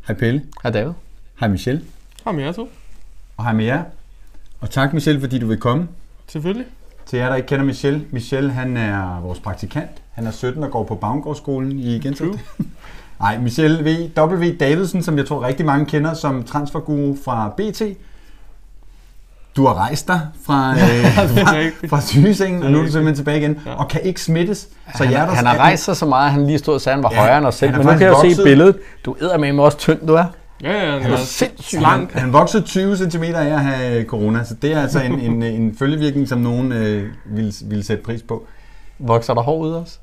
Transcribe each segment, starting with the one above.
Hej Pelle. Hej David. Hej Michelle. Hej med jer to. Og hej med jer. Og tak Michelle, fordi du vil komme. Selvfølgelig. Til jer, der ikke kender Michelle. Michelle, han er vores praktikant. Han er 17 og går på Bavngårdsskolen i Gentofte. Nej, Michelle W. Davidsen, som jeg tror rigtig mange kender som transferguru fra BT. Du har rejst dig fra sygesengen, og nu er du simpelthen tilbage igen, og kan ikke smittes. Så han har rejst sig så meget, at han lige stod og sagde, at han var højere end os selv. Men nu kan jeg jo se billedet. Du eddermame også tynd, du er. Ja, han er sindssygt slank. Han voksede 20 cm af at have corona, så det er altså en følgevirkning, som nogen vil sætte pris på. Vokser der hår ud også?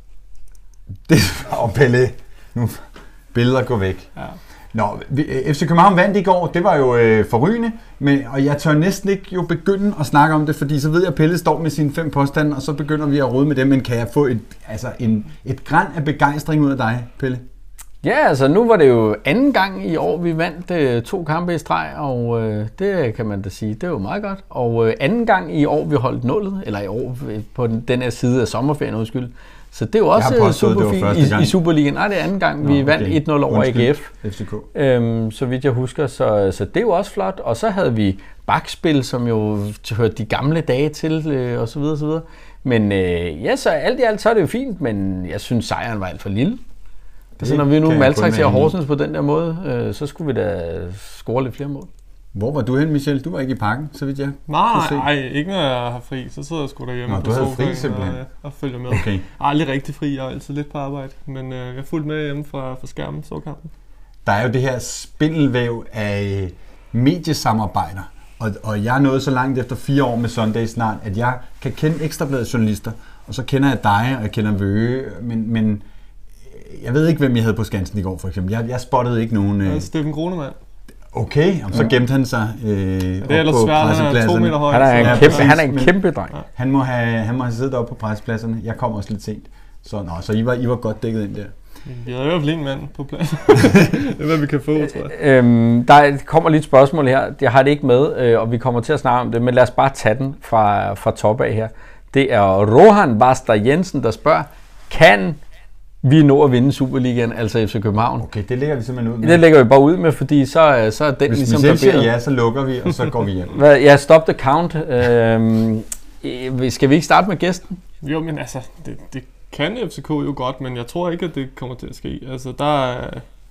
Pelle, nu billeder går væk. Ja. Nå, FC København vandt i går, det var jo forrygende, og jeg tør næsten ikke jo begynde at snakke om det, fordi så ved jeg, at Pelle står med sine 5 påstande, og så begynder vi at rode med dem, men kan jeg få et gran af begejstring ud af dig, Pelle? Ja, altså nu var det jo anden gang i år, vi vandt 2 kampe i streg, og det kan man da sige, det er jo meget godt. Og anden gang i år, vi holdt nullet, eller i år på den her side af sommerferien, undskyld. Så det er jo også super fint i Superligaen. Nej, det er anden gang, vi vandt 1-0 over AGF. FCK. Så vidt jeg husker, så det er jo også flot. Og så havde vi bakspil, som jo hørte de gamle dage til, og så videre, så videre. Men ja, så alt i alt, så er det jo fint, men jeg synes, sejren var alt for lille. Så når vi nu maltrakterer Horsens på den der måde, så skulle vi da score lidt flere mål. Hvor var du hen, Michelle? Du var ikke i parken, så vidt jeg Nej, ikke når jeg har fri. Så sidder jeg sgu derhjemme. Nå, du havde fri simpelthen? Og følger med. Okay. Jeg er aldrig rigtig fri, jeg er altid lidt på arbejde. Men jeg er fuldt med hjemme fra skærmen, så kampen. Der er jo det her spindelvæv af mediesamarbejder. Og jeg er nået så langt efter 4 år med Sunday snart, at jeg kan kende Ekstrabladets journalister. Og så kender jeg dig, og jeg kender Vøge, men jeg ved ikke, hvem jeg havde på Skansen i går, for eksempel. Jeg spottede ikke nogen... Steffen Gronemann. Okay, og så gemte han sig det er ellers svært, han er 2 meter høj. Han er en kæmpe dreng. Ja. Han må have siddet oppe på pressepladserne. Jeg kom også lidt sent. Så I var godt dækket ind der. Vi havde i hvert fald en mand på plads. Det er, hvad vi kan få, tror jeg. Der kommer lidt spørgsmål her. Jeg har det ikke med, og vi kommer til at snakke om det, men lad os bare tage den fra top af her. Det er Rohan Vasta Jensen, der spørger, kan vi når at vinde Superligaen, altså FC København? Okay, det lægger vi simpelthen ud med. Det lægger vi bare ud med, fordi så er den hvis ligesom Michelle siger ja, så lukker vi, og så går vi hjem. Ja, stop the count. Skal vi ikke starte med gæsten? Jo, men altså, det kan FCK jo godt, men jeg tror ikke, at det kommer til at ske. Altså, der er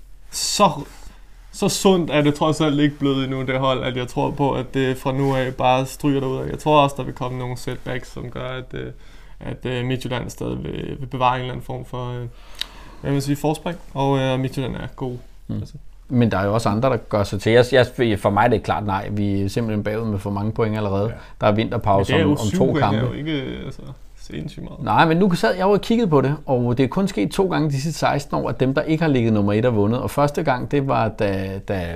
så sundt er det trods alt ikke blevet endnu, det hold, at jeg tror på, at det fra nu af bare stryger derud. Jeg tror også, der vil komme nogle setbacks, som gør, at Midtjylland stadig vil bevare en eller anden form for forspring, og Midtjylland er god. Altså. Men der er jo også andre, der gør sig til. For mig er det klart nej. Vi er simpelthen bagud med for mange point allerede. Ja. Der er vinterpause om 2 kampe. Det er jo ikke sindssygt meget. Nej, men nu sad jeg jo og kiggede på det, og det er kun sket 2 gange de sidste 16 år, at dem, der ikke har ligget nummer 1, har vundet. Og første gang, det var, da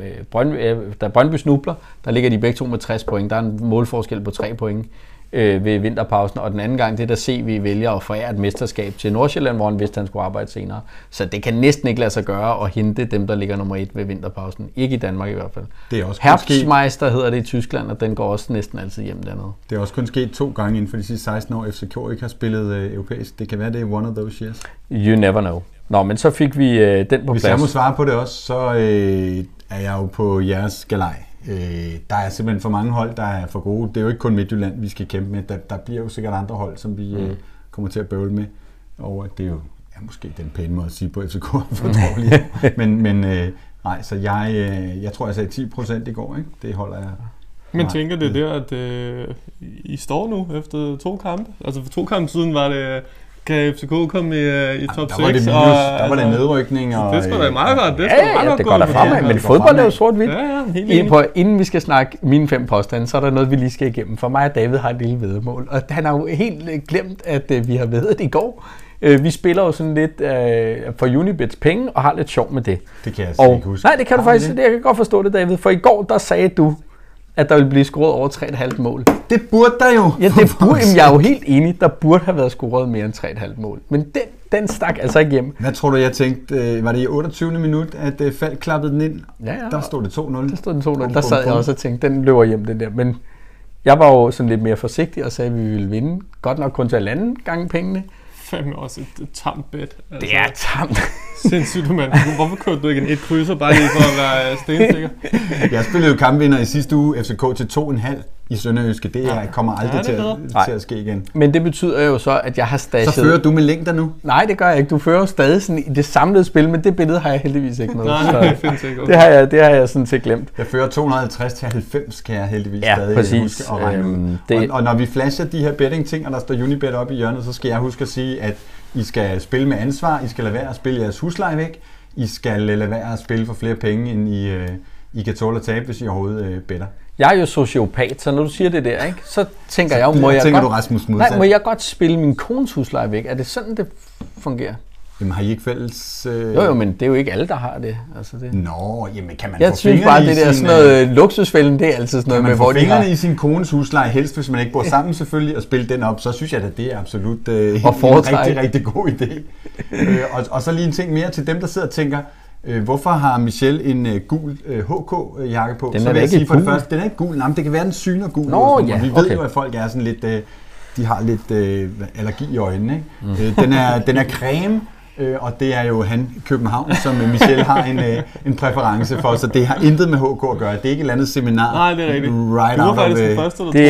Brøndby snubler, der ligger de begge to med 60 point. Der er en målforskel på 3 point ved vinterpausen, og den anden gang, det er der CV vælger at forære et mesterskab til Nordsjælland, hvor han vidste, han skulle arbejde senere. Så det kan næsten ikke lade sig gøre at hente dem, der ligger nummer 1 ved vinterpausen. Ikke i Danmark i hvert fald. Det er også Herbstmeister hedder det i Tyskland, og den går også næsten altid hjem dernede. Det er også kun sket 2 gange inden for de sidste 16 år, FCK ikke har spillet europæisk. Det kan være, det er one of those years. You never know. Nå, men så fik vi den på plads. Hvis jeg må svare på det også, så er jeg jo på jeres galej. Der er simpelthen for mange hold, der er for gode. Det er jo ikke kun Midtjylland, vi skal kæmpe med. Der bliver jo sikkert andre hold, som vi kommer til at bøvle med. Og det er jo måske den pæne måde at sige på FCK for dårligt. men nej, så jeg tror, jeg sagde 10% i går. Ikke? Det holder jeg. Men tænker det der, at I står nu efter 2 kampe? Altså for 2 kampe siden var det... Kan FCK komme i top 6? Der var det nedrykning. Og, det skulle da meget godt. Det går da fremad, men fodbold er jo sort-hvidt. Ja, inden vi skal snakke mine 5 påstande, så er der noget, vi lige skal igennem. For mig og David har et lille væddemål, og han har jo helt glemt, at vi har væddet i går. Vi spiller jo sådan lidt for Unibets penge, og har lidt sjov med det. Det kan jeg ikke huske. Nej, det kan du faktisk. Jeg kan godt forstå det, David. For i går, der sagde du, at der ville blive scoret over 3,5 mål. Det burde der jo. Ja, det burde. Jeg er jo helt enig. Der burde have været scoret mere end 3,5 mål. Men den stak altså ikke hjem. Hvad tror du, jeg tænkte? Var det i 28. minut, at Falk klappede den ind? Ja. Der stod det 2-0. Der stod den 2-0. Der sad jeg også og tænkte, den løber hjem, den der. Men jeg var jo sådan lidt mere forsigtig og sagde, at vi ville vinde. Godt nok kun til 1,5 gange pengene. fandme også et tamt bet. Altså, det er tamt. Sindssygt, mand. Hvorfor kørte du ikke en 1 krydser, bare lige for at være stensikker? Jeg spillede jo kampvinder i sidste uge, FCK til 2,5 i Sønderjyske. Det kommer aldrig til at ske igen. Men det betyder jo så, at jeg har stashet... Så fører du med længder nu? Nej, det gør jeg ikke. Du fører jo stadig sådan i det samlede spil, men det billede har jeg heldigvis ikke med. Nej, det findes ikke. Okay. Det har jeg sådan set glemt. Jeg fører 250-90, kan jeg heldigvis stadig huske at regne ud. Og når vi flasher de her betting-ting, og der står Unibet op i hjørnet, så skal jeg huske at sige, at I skal spille med ansvar, I skal lade være at spille jeres husleje væk, I skal lade være at spille for flere penge, end I kan tåle at tabe, hvis I overhovedet better. Jeg er jo sociopat, så når du siger det der, ikke, så tænker jeg jo, må jeg godt spille min kones husleje væk? Er det sådan, det fungerer? Jamen har I ikke fælles... Jo, men det er jo ikke alle, der har det. Altså det. Nå, jamen kan man jeg få fingrene bare, det der sådan noget luksusfælden, det er altid sådan noget med, hvor de har... Kan man få fingrene i sin kones husleje, helst hvis man ikke bor sammen selvfølgelig, og spille den op, så synes jeg, at det er absolut en rigtig, rigtig god idé. Og så lige en ting mere til dem, der sidder og tænker, hvorfor har Michel en gul HK-jakke på? Den så er vil jeg sige gul. For det første, den er ikke gul. Nej, det kan være, den syner gul. Nå, ja, vi ved jo, at folk er sådan lidt... de har lidt allergi i øjnene. Ikke? Den er creme, og det er jo København, som Michel har en præference for, så det har intet med HK at gøre. Det er ikke et eller andet seminar. Nej, det er rigtigt. Right out of det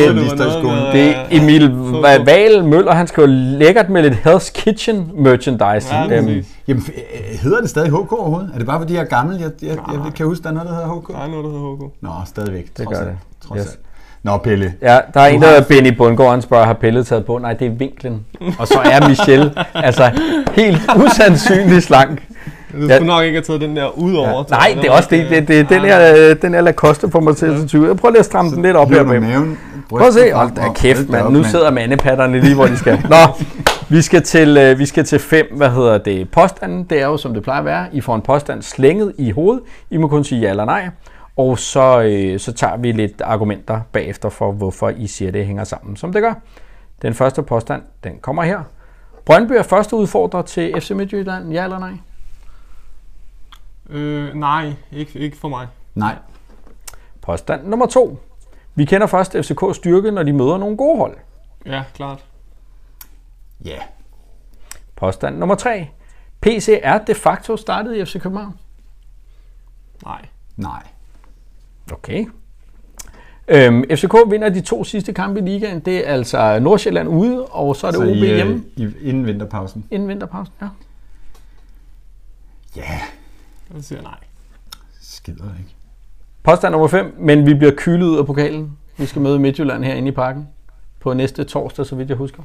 er Emil Wahl Møller, han skriver lækkert med lidt Hell's Kitchen merchandise. Ja, jamen, hedder det stadig HK overhovedet? Er det bare fordi jeg er gammel? Jeg kan huske, der er noget, der hedder HK. Der er noget, der hedder HK. Nå, stadigvæk. Det gør det. Yes. Nå, Pelle. Ja, der er en, der hedder Benny Bundgaard, han spørger, har Pelle taget på? Nej, det er vinklen. Og så er Michel altså helt usandsynlig slank. Du skulle nok ikke have taget den der ud over. Ja. Nej, det er også det. Den her Lacoste får mig til at tage. Jeg prøver lige at stramme den lidt op her med. Prøv at se. Hold da kæft, mand. Nu sidder mandepatterne lige, hvor de skal. Nå, vi skal til 5, påstanden. Det er jo, som det plejer at være. I får en påstand slænget i hovedet. I må kun sige ja eller nej. Og så tager vi lidt argumenter bagefter for, hvorfor I siger, det hænger sammen, som det gør. Den første påstand, den kommer her. Brøndby er første udfordrer til FC Midtjylland, ja eller nej? Nej, ikke for mig. Nej. Påstand nummer 2. Vi kender først FCK's styrke, når de møder nogle gode hold. Ja, klart. Ja. Yeah. Påstand nummer 3. PC er de facto startet i FC København. Nej. Okay. FCK vinder de 2 sidste kampe i ligaen. Det er altså Nordsjælland ude, og så er det OB hjemme. Inden vinterpausen. Inden vinterpausen, ja. Ja. Jeg siger nej. Skider ikke. Påstand nummer 5. Men vi bliver kylet ud af pokalen. Vi skal møde Midtjylland herinde i parken på næste torsdag, så vidt jeg husker.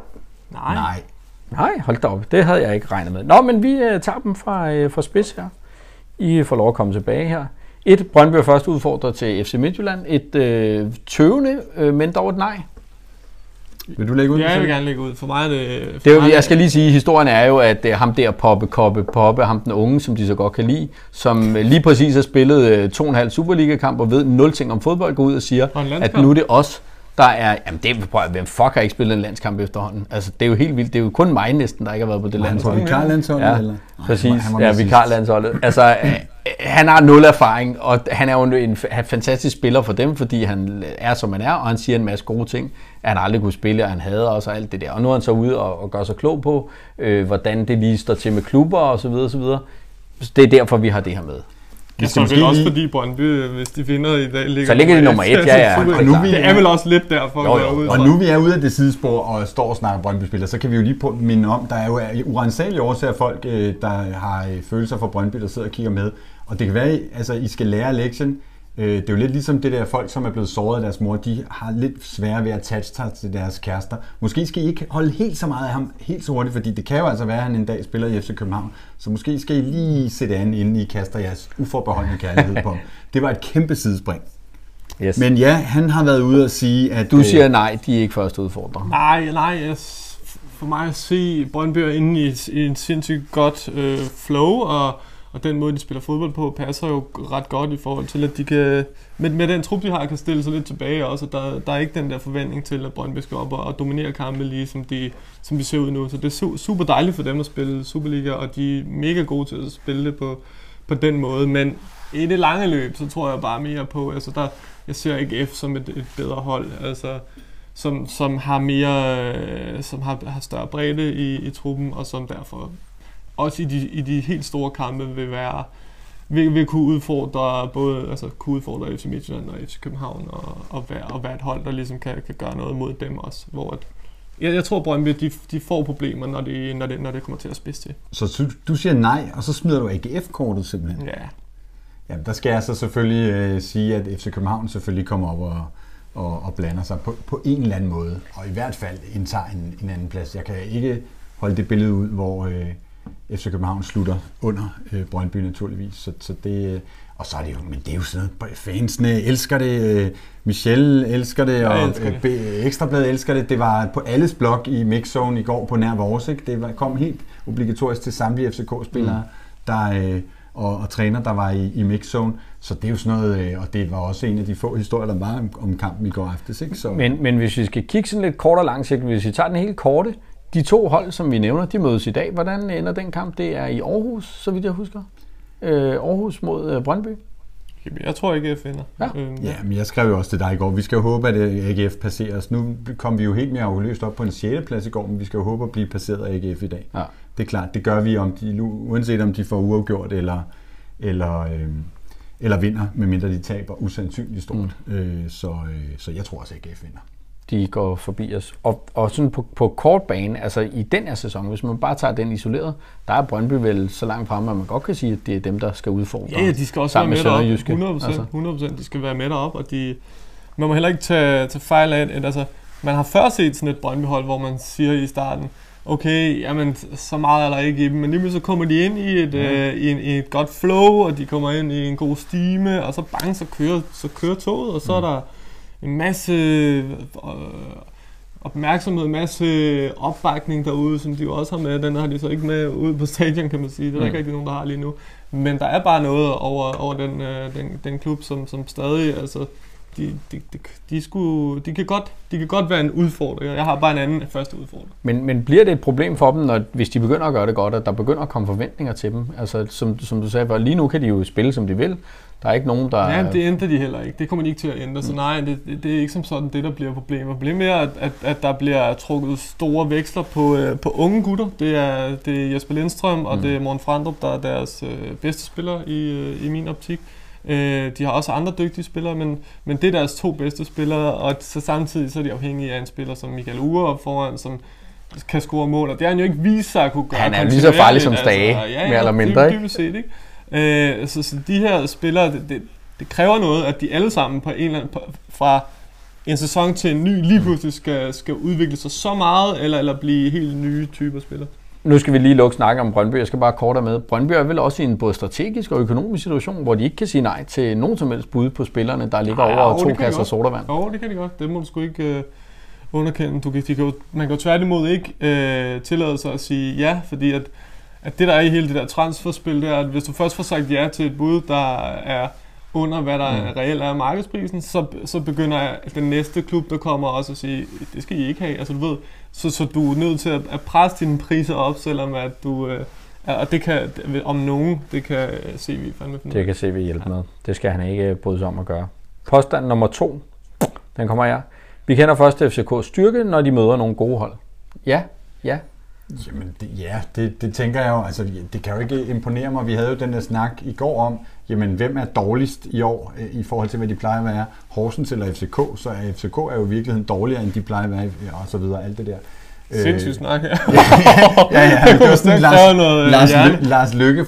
Nej, hold da op. Det havde jeg ikke regnet med. Nå, men vi tager dem fra spids her. I får lov at komme tilbage her. Brøndby er først udfordret til FC Midtjylland. Et tøvende, men dog et nej. Vil du lægge ud? Ja, jeg vil gerne lægge ud. For mig er det... Jeg skal lige sige, historien er jo, at ham der Poppe, ham den unge, som de så godt kan lide, som lige præcis har spillet 2,5 Superliga-kamp og ved 0 ting om fodbold, går ud og siger, at nu er det os, der er... Jamen, hvem fuck har ikke spillet en landskamp efterhånden? Altså, det er jo helt vildt. Det er jo kun mig næsten, der ikke har været på det landshold. Vikarlandsholdet, ja, eller? Præcis. Ja, vikarlandsholdet. Altså, han har 0 erfaring, og han er jo en fantastisk spiller for dem, fordi han er, som han er, og han siger en masse gode ting, at han aldrig kunne spille, og han hader også alt det der. Og nu er han så ude og gør sig klog på, hvordan det lige står til med klubber og så videre, så videre. Det er derfor, vi har det her med. Det er vel også fordi Brøndby, hvis de vinder i dag, så ligger de nummer 1, ja. Og nu det er vel også lidt derfor. Og nu vi er ude af det sidespor og står og snakker Brøndby-spillere, så kan vi jo lige minde om, der er jo urensagelige årsager folk, der har følelser for Brøndby, der sidder og kigger med. Og det kan være, altså I skal lære lektion. Det er jo lidt ligesom det der folk, som er blevet såret af deres mor, de har lidt sværere ved at touche til deres kærester. Måske skal I ikke holde helt så meget af ham helt så hurtigt, fordi det kan jo altså være, at han en dag spiller i FC København. Så måske skal I lige sætte an, inden I kaster jeres uforbeholdende kærlighed på ham. Det var et kæmpe sidespring. Yes. Men ja, han har været ude og sige, at... Du siger nej, de er ikke først udfordrer. Nej. For mig at se Brøndby er inde i en sindssygt godt flow, og den måde, de spiller fodbold på, passer jo ret godt i forhold til, at de kan, med den trup, de har, kan stille sig lidt tilbage også. Der er ikke den der forventning til, at Brøndby skal op og dominere kampe lige, som de ser ud nu. Så det er super dejligt for dem at spille Superliga, og de er mega gode til at spille det på den måde. Men i det lange løb, så tror jeg bare mere på, altså jeg ser ikke F som et bedre hold. Altså, som har mere, som har større bredde i truppen, og som derfor også i de helt store kampe vil kunne udfordre kunne udfordre FC Midtjylland og FC København og være et hold, der ligesom kan gøre noget mod dem også, hvor jeg tror, Brøndby de får problemer, når det kommer til at spidse til. Så du siger nej, og så smider du AGF-kortet simpelthen? Ja. Jamen, der skal jeg så selvfølgelig sige, at FC København selvfølgelig kommer op og blander sig på en eller anden måde, og i hvert fald indtager en anden plads. Jeg kan ikke holde det billede ud, hvor FC København slutter under Brøndby naturligvis. Så det, og så er det jo, men det er jo sådan noget, fansene elsker det, Michel elsker det, og Ekstrabladet elsker det. Det var på alles blog i Mixzone i går på nær vores, ikke? Det kom helt obligatorisk til samtlige FCK-spillere, og træner, der var i Mixzone. Så det er jo sådan noget, og det var også en af de få historier, der var om kampen i går aftes, ikke? Så. Men hvis vi skal kigge sådan lidt kort og langsigtet, hvis vi tager den helt korte, de to hold, som vi nævner, de mødes i dag. Hvordan ender den kamp? Det er i Aarhus, så vidt jeg husker. Aarhus mod Brøndby. Jeg tror ikke, AGF vinder. Ja, men jeg skrev jo også til dig i går. Vi skal jo håbe, at AGF passerer os. Nu kom vi jo helt mere afløst op på en 6. plads i går, men vi skal jo håbe at blive passeret af AGF i dag. Ja. Det er klart, det gør vi, uanset om de får uafgjort eller vinder, medmindre de taber usandsynligt stort. Så jeg tror også, at AGF vinder. De går forbi os. Og sådan på kort bane, altså i den her sæson, hvis man bare tager den isoleret, der er Brøndby vel så langt fremme, at man godt kan sige, at det er dem, der skal udfordre. Ja, de skal også være med derop. 100%. De skal være med derop, og man må heller ikke tage fejl af, at altså, man har før set sådan et Brøndby-hold, hvor man siger i starten, okay, jamen, så meget er der ikke i dem, men lige så kommer de ind i et godt flow, og de kommer ind i en god stime, og så bang, så kører toget, og så er der en masse opmærksomhed, en masse opbakning derude, som de jo også har med. Den har de så ikke med ude på stadion, kan man sige. Det er der ikke rigtig nogen, der har lige nu. Men der er bare noget over den klub, som stadig, altså, de kan godt være en udfordring. Jeg har bare en anden første udfordring. Men bliver det et problem for dem, hvis de begynder at gøre det godt, og der begynder at komme forventninger til dem? Altså, som du sagde, for lige nu kan de jo spille, som de vil. Der er ikke nogen, der... Ja, det ændrer de heller ikke. Det kommer de ikke til at ændre. Så nej, det er ikke som sådan det, der bliver problemet. Problemet er, at der bliver trukket store veksler på unge gutter. Det er Jesper Lindstrøm, og det er Morten Frandrup, der er deres bedste spiller i min optik. De har også andre dygtige spillere, men det er deres 2 bedste spillere, og så samtidig så er de afhængige af en spiller som Michael Uhre op foran, som kan score mål, og det har han jo ikke vist sig at kunne gøre. Han er lige så farlig som Stage, mere eller mindre, ikke? Set, ikke? Så de her spillere, det kræver noget, at de alle sammen på en eller anden, fra en sæson til en ny lige pludselig skal udvikle sig så meget, eller blive helt nye typer spillere. Nu skal vi lige lukke snakke om Brøndby. Jeg skal bare kortere med. Brøndby er vel også i en både strategisk og økonomisk situation, hvor de ikke kan sige nej til nogen som helst bud på spillerne, der ligger over 2 kasser sodavand. Jo, det kan de godt. Det må du sgu ikke underkende. Man kan jo tværtimod ikke tillade sig at sige ja, fordi at det der er i hele det der transferspil, det er, at hvis du først får sagt ja til et bud, der er under, hvad der reelt er markedsprisen, så begynder den næste klub, der kommer også at sige, det skal I ikke have. Altså du ved, så du er nødt til at presse dine priser op, selvom at du... og det kan, om nogen, det kan CV fandme finde. Det kan CV hjælpe med. Det skal han ikke bryde sig om at gøre. Påstand nummer 2, den kommer her. Vi kender først FCK's styrke, når de møder nogle gode hold. Ja. Jamen, det tænker jeg jo, altså det kan jo ikke imponere mig. Vi havde jo den der snak i går om, jamen hvem er dårligst i år i forhold til, hvad de plejer at være? Horsens eller FCK? Så FCK er jo i virkeligheden dårligere, end de plejer at være, og så videre, alt det der. Sindssygt snak her. ja, det var sådan Lars Lykke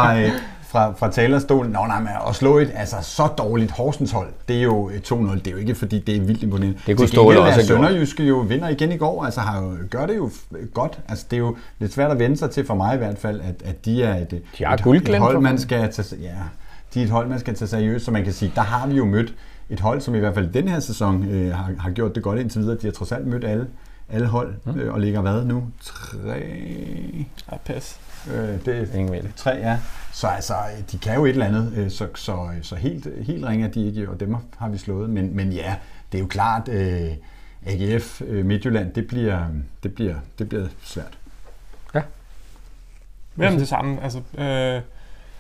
fra talerstolen. Men at slå et så dårligt Horsens hold, det er jo 2-0. Det er jo ikke, fordi det er vildt imponerende. Det kunne stå der også. Sønderjyske jo vinder igen i går, altså gør det jo godt. Altså det er jo lidt svært at vende sig til for mig i hvert fald, at de er et hold, man skal tage, de er et hold, man skal tage seriøst, så man kan sige, der har vi jo mødt et hold, som i hvert fald den her sæson har gjort det godt indtil videre. De har trods alt mødt alle hold, og ligger hvad nu? 3... Ja, pas. Det er 3, ja. Så altså, de kan jo et eller andet, så helt ringe er de ikke, og dem har vi slået. Men ja, det er jo klart, AGF Midtjylland, det bliver svært. Ja. Hvem det samme? Altså,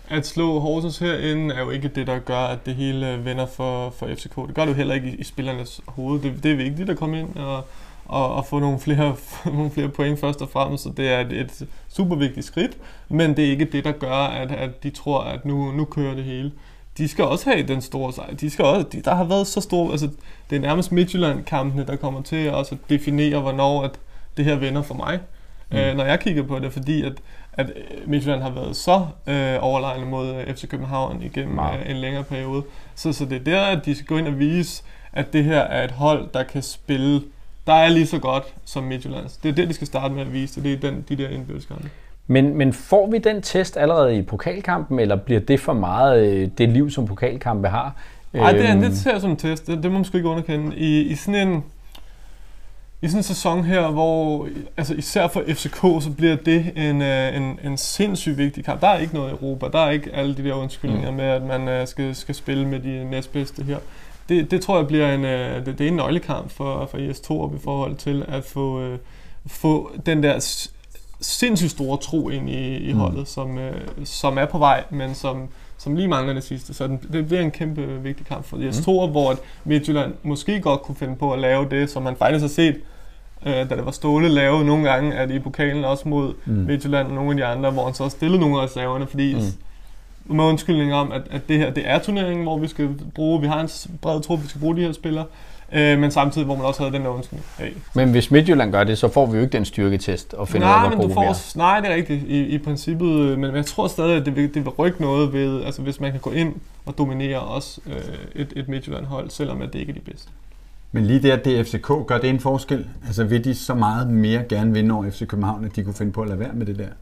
at slå Horsens herinde er jo ikke det, der gør, at det hele vender for FCK. Det gør det jo heller ikke i spillernes hoved. Det er vigtigt at komme ind og få nogle flere point først og fremmest, så det er et super vigtigt skridt, men det er ikke det, der gør, at de tror, at nu kører det hele. De skal også have den store sejr. Der har været så stor, altså det er nærmest Midtjylland-kampene, der kommer til også at definere, hvornår at det her vender for mig. Når jeg kigger på det, fordi at Midtjylland har været så overlegne mod FC København igennem en længere periode. Så det er der, at de skal gå ind og vise, at det her er et hold, der kan spille, der er lige så godt som Midtjylland. Det er det, de skal starte med at vise, det er de der indbyrdskampe. Men får vi den test allerede i pokalkampen, eller bliver det for meget det liv, som pokalkampe har? Nej, det ser som en test. Det må man sgu ikke underkende. I sådan en sæson her, hvor altså især for FCK, så bliver det en sindssygt vigtig kamp. Der er ikke noget i Europa. Der er ikke alle de der undskyldninger med, at man skal spille med de næstbedste her. Det tror jeg bliver det er en nøglekamp for IS Torup i forhold til at få den der sindssygt store tro ind i holdet, som er på vej, men som lige mangler det sidste. Så det bliver en kæmpe vigtig kamp for IS Torup, hvor Midtjylland måske godt kunne finde på at lave det, som man faktisk har set, da det var Ståle lave nogle gange, at i pokalen også mod Midtjylland og nogle af de andre, hvor han så stillede nogle af reserverne, fordi med undskyldning om, at det her det er turneringen, hvor vi har en bred trup, vi skal bruge de her spillere, men samtidig, hvor man også havde den der undskyldning. Hey. Men hvis Midtjylland gør det, så får vi jo ikke den styrketest og finder ud af, hvor gode vi er. Nej, det er rigtigt i princippet, men jeg tror stadig, at det vil rykke noget ved, altså hvis man kan gå ind og dominere også et Midtjylland-hold, selvom at det ikke er de bedste. Men lige der, det FCK, gør det en forskel? Altså vil de så meget mere gerne vinde over FC København, at de kunne finde på at lade være med det der?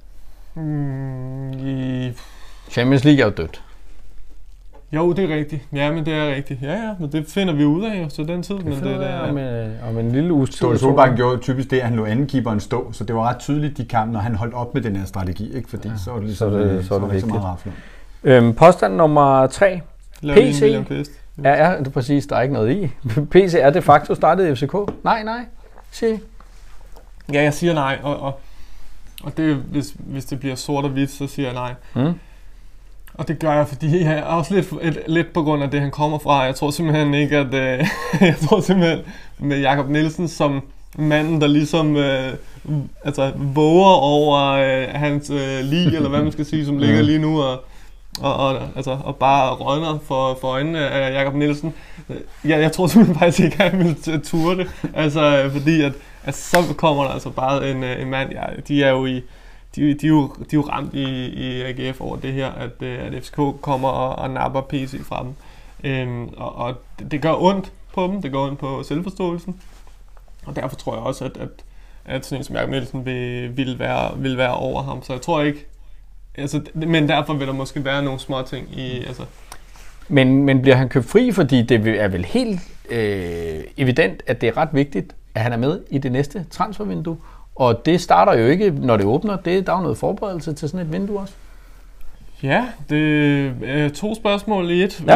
Champions League er jo dødt. Jo, det er rigtigt. Ja, men det er rigtigt. Ja, men det finder vi ud af så den tid. Men det er om en lille uge. Ståle Solbakken gjorde typisk det, at han lå andenkeeperen stå, så det var ret tydeligt de kampe, når han holdt op med den her strategi, ikke? Fordi så var det ligesom, så var det ikke så meget rafler. Påstand nummer 3. PC. Ja, det er præcis. Der er ikke noget i. PC er de facto startet i FCK. Nej. Sig. Ja, jeg siger nej, og det, hvis det bliver sort og hvidt, så siger jeg nej. Og det gør jeg, fordi jeg er også lidt på grund af det, han kommer fra. Jeg tror simpelthen ikke, at jeg tror simpelthen med Jakob Nielsen som manden, der ligesom våger over hans lig, eller hvad man skal sige, som ligger lige nu og bare rødner for øjnene af Jakob Nielsen. Jeg tror simpelthen faktisk ikke, at han vil ture det. Altså, fordi at så kommer der altså bare en mand. Ja, de er jo ramt i AGF over det her, at FCK kommer og napper PC fra dem. Og det gør ondt på dem, det gør ondt på selvforståelsen. Og derfor tror jeg også, at sådan en som Jakob Nielsen vil være over ham. Så jeg tror ikke, altså, men derfor vil der måske være nogle små ting i. Altså. Men bliver han købt fri, fordi det er vel helt evident, at det er ret vigtigt, at han er med i det næste transfervindue? Og det starter jo ikke, når det åbner. Der er jo noget forberedelse til sådan et vindue også. Ja, det er 2 spørgsmål i et.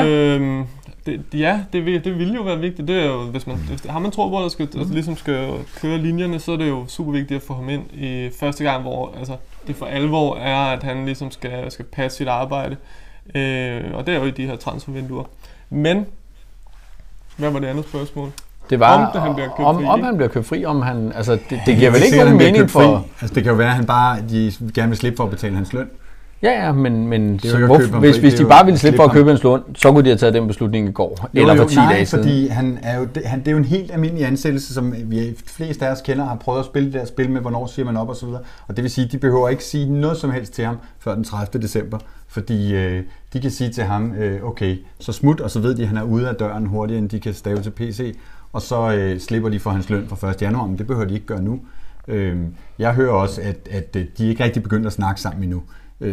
Ja. Det vil jo være vigtigt. Det er jo, hvis har man tro på, at der skal køre linjerne, så er det jo super vigtigt at få ham ind i første gang, hvor det for alvor er, at han ligesom skal passe sit arbejde. Og det er jo i de her transfervinduer. Men, hvad var det andet spørgsmål? Det var, om han bliver købt fri, om han, altså det giver vel ikke nogen mening for. Altså det kan jo være, at han bare de gerne vil slippe for at betale hans løn. Ja, men hvis de bare ville slippe for at købe hans løn, så kunne de have taget den beslutning i går, eller for 10 dage siden. Fordi det er jo en helt almindelig ansættelse, som vi flest af os kender, har prøvet at spille det der spil med, hvornår siger man op og så videre. Og det vil sige, at de behøver ikke sige noget som helst til ham før den 30. december, fordi de kan sige til ham, okay, så smut, og så ved de, at han er ude af døren hurtigere, end de kan stave til PC. Og så slipper de for hans løn fra 1. januar, men det behøver de ikke gøre nu. Jeg hører også, at de ikke rigtig begyndt at snakke sammen endnu.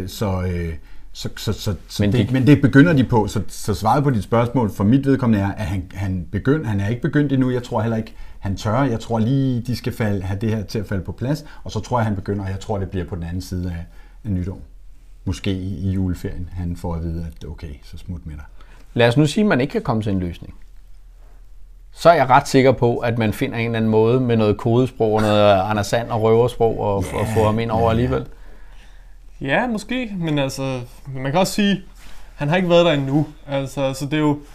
Men det begynder de på, så svaret på dit spørgsmål for mit vedkommende er, at han er ikke begyndt endnu. Jeg tror heller ikke, han tør. Jeg tror lige, de skal have det her til at falde på plads, og så tror jeg, han begynder, og jeg tror, det bliver på den anden side af nytår. Måske i juleferien. Han får at vide, at okay, så smut med dig. Lad os nu sige, at man ikke kan komme til en løsning. Så er jeg ret sikker på, at man finder en eller anden måde med noget kodesprog, noget Anders Sand og røversprog, og få ham ind over alligevel. Ja, måske, men altså, man kan også sige, han har ikke været der endnu. Altså, så det er jo,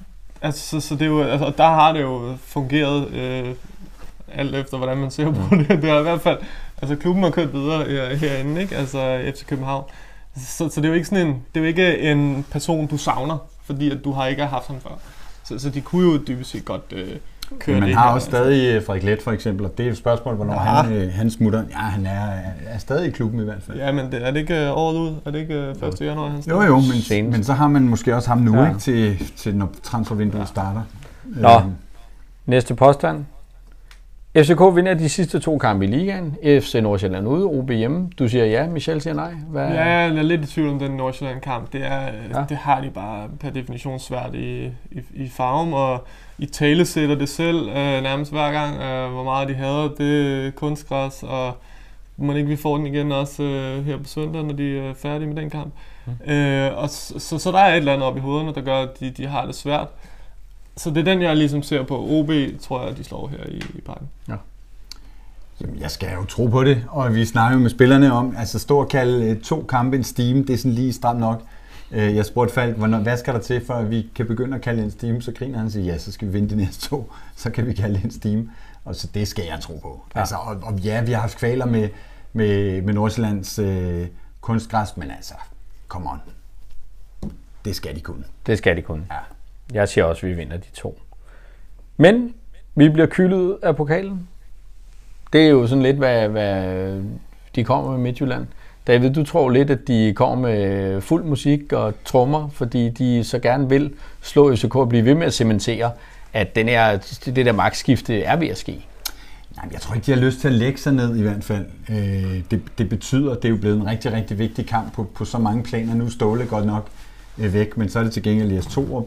der har det jo fungeret alt efter, hvordan man ser på det. Det er i hvert fald, altså klubben har kørt videre herinde, ikke? Altså FC København. Så det er jo ikke sådan det er jo ikke en person, du savner, fordi at du ikke har haft ham før. Så de kunne jo dybest set godt køre det. Man har også stadig Frederik Let for eksempel, og det er et spørgsmål, hvornår han smutter. Ja, han er stadig i klubben i hvert fald. Ja, men er det ikke året ud? Er det ikke 1. januar, han starter? Jo, men så har man måske også ham nu, ikke, til når transfervinduet starter. Nå, næste påstand. FCK vinder de sidste 2 kampe i ligaen. FC Nordsjælland ude, OB hjemme. Du siger ja, Michel siger nej. Ja, jeg er lidt i tvivl om den Nordsjælland-kamp. Det har de bare per definition svært i farven, og i tale sætter det selv nærmest hver gang, hvor meget de hader det kunstgræs, og må ikke vi får den igen også her på søndag, når de er færdige med den kamp. Og så der er et eller andet op i hovederne, der gør, at de har det svært. Så det er den, jeg ligesom ser på. OB, tror jeg, de slår her i parken. Ja. Jamen, jeg skal jo tro på det, og vi snakker jo med spillerne om, altså stå og kalde 2 kampe en steam, det er sådan lige stramt nok. Jeg spurgte Falk, hvad skal der til, for at vi kan begynde at kalde en steam, så griner han og siger, ja, så skal vi vinde de næste 2, så kan vi kalde en steam, og så det skal jeg tro på. Ja. Altså, og ja, vi har haft kvaler med Nordsjællands kunstgræs, men altså, come on. Det skal de kunne. Det skal de kunne. Ja. Jeg siger også, at vi vinder de 2. Men vi bliver kylet ud af pokalen. Det er jo sådan lidt, hvad de kommer med Midtjylland. David, du tror lidt, at de kommer med fuld musik og trommer, fordi de så gerne vil slå FCK og blive ved med at cementere, at det der magtskifte er ved at ske. Nej, jeg tror ikke, de har lyst til at lægge sig ned i hvert fald. Det betyder, at det er jo blevet en rigtig, rigtig vigtig kamp på så mange planer. Nu Ståle godt nok væk, men så er det til gengæld Elias Thorup,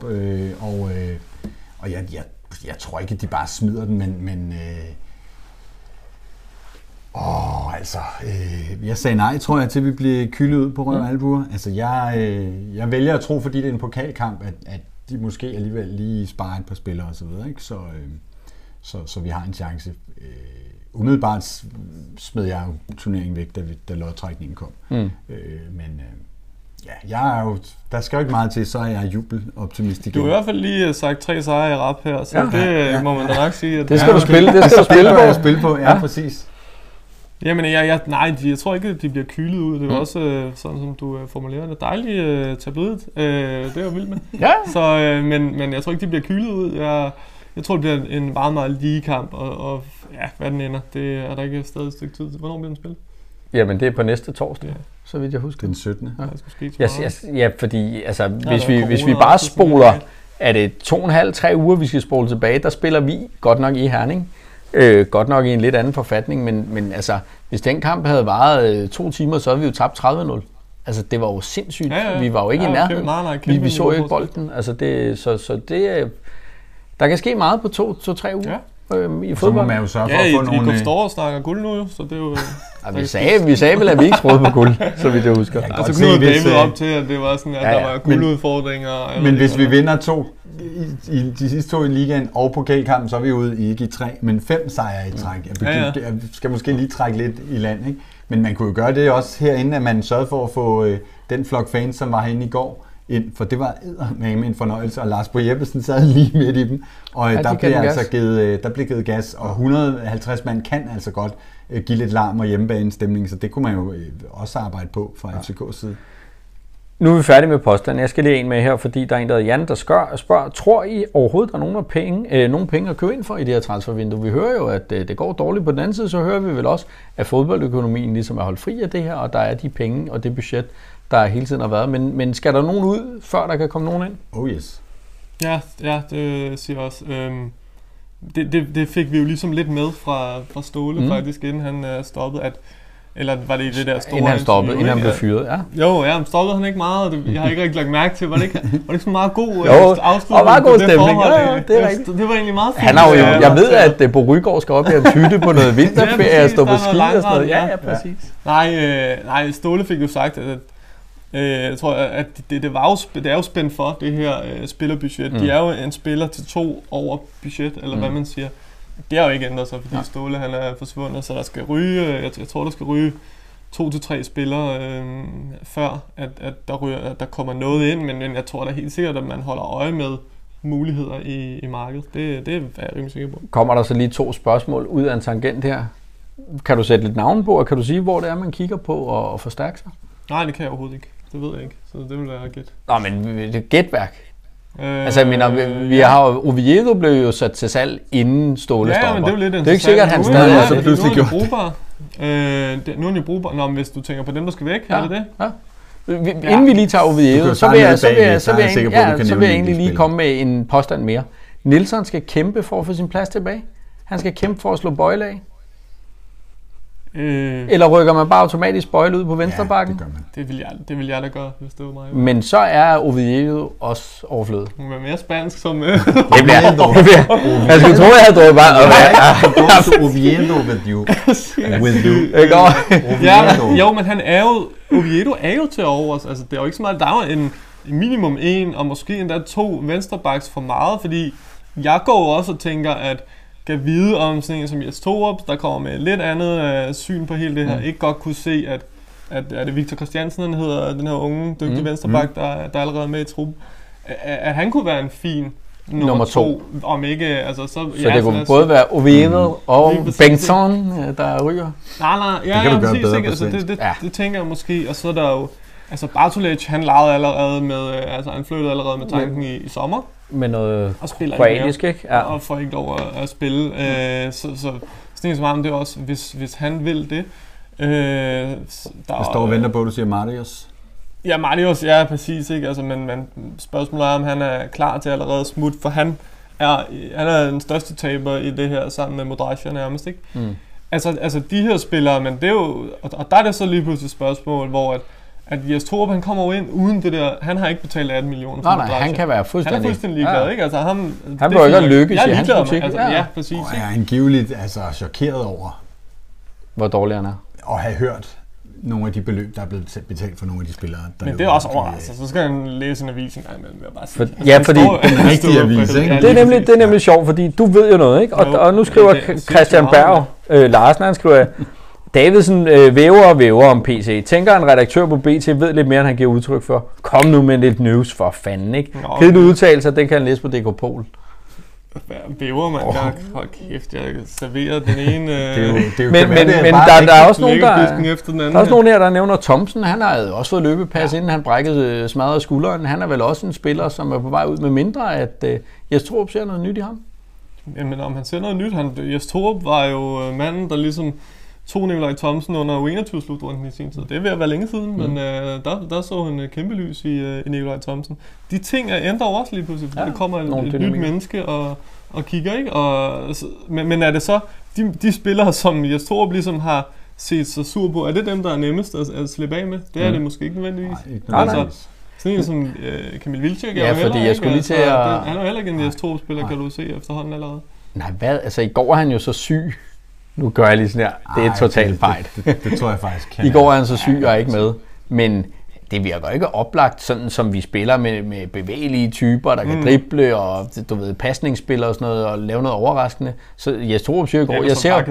og jeg tror ikke, at de bare smider den, men jeg sagde nej, tror jeg, til vi bliver kylet ud på røv og albuer. Altså, jeg vælger at tro, fordi det er en pokalkamp, at de måske alligevel lige sparer et par spillere og så videre, ikke? Så vi har en chance. Umiddelbart smed jeg jo turneringen væk, da lodtrækningen kom. Jeg er jo, der skal jo ikke meget til, så er jeg jubeloptimist igen. Du har i hvert fald lige sagt 3 sejre i rap her, så det må man da nok sige. At det skal du spille, det skal du spille på. Ja, præcis. Jamen, jeg tror ikke, at de bliver kylet ud. Det er også sådan, som du formulerer det. Dejligt tabloidt. Det er jo vildt med. Ja. Så, men jeg tror ikke, de bliver kylet ud. Jeg tror, det bliver en meget, meget lige kamp, og ja, hvad den ender, det er der ikke stadig et stykke tid til. Hvornår bliver den spillet? Jamen, det er på næste torsdag, så vidt jeg husker. Den 17. Ja, fordi altså, hvis vi bare spoler, er det 2,5-3 uger, vi skal spole tilbage, der spiller vi godt nok i Herning. Godt nok i en lidt anden forfatning, men altså, hvis den kamp havde varet 2 timer, så havde vi jo tabt 30-0. Altså, det var jo sindssygt. Ja. Vi var jo ikke i nærheden. Vi så jo ikke bolden. Altså, så det der kan ske meget på 2-3 uger. Ja. I fodbold. Så må man jo sørge for at få nogle... Ja, I står og snakker guld nu jo, så det er jo... vi sagde vel, at vi ikke troede på guld, så vidt jeg husker. Og så knudede David op til, at det var sådan, at der var guldudfordringer. Men hvis vi vinder 2 i de sidste 2 i ligaen og pokalkampen, så er vi ude i ikke i 3, men 5 sejre i træk. Jeg skal måske lige trække lidt i land, ikke? Men man kunne jo gøre det også herinde, at man sørgede for at få den flok fans, som var herinde i går, ind, for det var eddermame en fornøjelse, og Lars Bo Jeppesen sad lige midt i dem, og der blev givet gas, og 150 mand kan altså godt give lidt larm og hjemmebanestemning, så det kunne man jo også arbejde på fra FCK's side. Nu er vi færdige med påstanden. Jeg skal lige en med her, fordi der er en, der hedder Jan, der spørger, tror I overhovedet, der er nogen penge at købe ind for i det her transfervindue? Vi hører jo, at det går dårligt. På den anden side, så hører vi vel også, at fodboldøkonomien ligesom er holdt fri af det her, og der er de penge og det budget, der hele tiden har været. Men skal der nogen ud, før der kan komme nogen ind? Oh yes. Ja, det siger jeg også. Det fik vi jo ligesom lidt med fra Ståle faktisk, inden han stoppede, at eller var det i det der store... Inden han blev fyret, ja. Jo, men stoppede han ikke meget, jeg har ikke rigtig lagt mærke til, var det ikke så meget god afslutning? Og meget god stemning, ja, det er rigtigt. Det var egentlig meget fint. Han har jo, jeg ved, at Bo Rygaard skal op i en hytte på noget vinterferie og stå på ski og sådan noget. Ja, præcis. Nej, Ståle fik jo sagt, at jeg tror, at det er jo spændt for, det her spillerbudget. De er jo en spiller til 2 over budget, eller hvad man siger. Det har jo ikke ændret sig, fordi Ståle han er forsvundet, så der skal ryge, jeg tror der skal ryge 2-3 spillere før, at der kommer noget ind, men jeg tror da helt sikkert, at man holder øje med muligheder i markedet. Det er jeg rimelig sikker på. Kommer der så lige 2 spørgsmål ud af en tangent her? Kan du sætte lidt navn på, og kan du sige, hvor det er, man kigger på og forstærke sig? Nej, det kan jeg overhovedet ikke. Det ved jeg ikke, så det vil være gæt. Nå, men det er gætværk. Altså, jeg mener, vi har Oviedo blev jo sat til salg inden Ståle stopper. Ja, men det er jo lidt interessant. Det er ikke sikkert, at han stadig er så pludselig gjort. Nu er han jo brugbar. Nå, men hvis du tænker på dem, der skal væk, er det det? Ja. Inden vi lige tager Oviedo, så vil jeg egentlig lige komme med en påstand mere. Nielsen skal kæmpe for at få sin plads tilbage. Han skal kæmpe for at slå Bøjle af. Eller rykker man bare automatisk Bøjle ud på venstre bakken? Det vil jeg da gøre, hvis det var mig. Men så er Oviedo også overflødet. Hun er mere spansk som... Det bliver. Jeg skulle tro, jeg havde drukket bare... Oviedo with you. Jo, men han er jo... Oviedo er jo til overs. Altså, det er jo ikke så meget... Der er jo en minimum 1, og måske endda 2 venstrebacks for meget, fordi jeg går også og tænker, at kan vide om sådan en som Jes Torup, der kommer med lidt andet syn på hele det her, ikke godt kunne se, at er det Victor Christiansen, han hedder, den her unge, dygtige venstreback, der er allerede med i truppen, at han kunne være en fin nummer 2, om ikke, altså så det kunne både være Oviedo og Bengtsson, der ryger? Nej, præcis, ikke? Altså, det tænker jeg måske, og så er der jo, altså Bartolec, han legede allerede med, altså han flyttede allerede med tanken i sommer. Med noget kroatisk, ikke? Ja. Og får ikke lov at spille. Så Sten Svarm, det er også, hvis han vil det. Der står og venter på, at du siger Marius. Ja, Marius, ja, præcis, ikke? Altså, men spørgsmålet er, om han er klar til allerede smut, for han er den største taber i det her, sammen med Modric nærmest, ikke? Altså de her spillere, men det er jo, og der er det så lige pludselig et spørgsmål, hvor at Jes Torup, han kommer jo ind uden det der, han har ikke betalt 18 millioner for Nej, han kan være fuldstændig ligeglad, ikke? Altså han bør ikke lykkes i hans butik. Altså, ja, præcis. Og jeg er angiveligt chokeret over, hvor dårlig han er. Og have hørt nogle af de beløb, der er blevet betalt for nogle af de spillere. Men det er også overraskende, så skal han læse en avis en gang imellem, vil jeg bare sige. Fordi den rigtige avis, ikke? Det er nemlig sjovt, fordi du ved jo noget, ikke? Og nu skriver Christian Berg Larsen, han skriver... Davidsen væver om PC. Tænker en redaktør på BT ved lidt mere, end han giver udtryk for. Kom nu med lidt news for fanden, ikke? Kedelig udtalelser, den kan han læse på DK Pol. Væver, man. Hold kæft, jeg serverer den ene... Men der er også nogen, der også nogen her, der nævner Thomsen. Han har også fået løbepas, inden han brækkede smadrede skulderen. Han er vel også en spiller, som er på vej ud med mindre, at Jes Torup ser noget nyt i ham. Jamen, om han ser noget nyt... Jes Torup var jo manden, der ligesom... tog Nikolaj Thomsen under U21-slutrunden i sin tid. Det er ved at være længe siden, men der så han kæmpe lys i Nikolaj Thomsen. De ting ændrer også lige pludselig, fordi der kommer et nyt menneske og kigger, ikke? Men er det så de spillere, som Jes Torup ligesom har set sig sur på, er det dem, der er nemmest at slippe af med? Det er det måske ikke nødvendigvis. Nej. Sådan en som Kamil Vilcek er jo fordi jeg skulle lige til at... Han er jo heller ikke en Jes Torup-spiller, kan du se efterhånden allerede. Nej, hvad? Altså i går er han jo så syg. Nu gør jeg lige sådan her. Det er et totalt fejl. Det tror jeg faktisk. I går er han så syg og ikke med. Men det virker ikke oplagt, sådan som vi spiller med bevægelige typer, der kan drible og du ved, pasningsspillere og sådan noget, og lave noget overraskende. Så Jes Torup siger i går,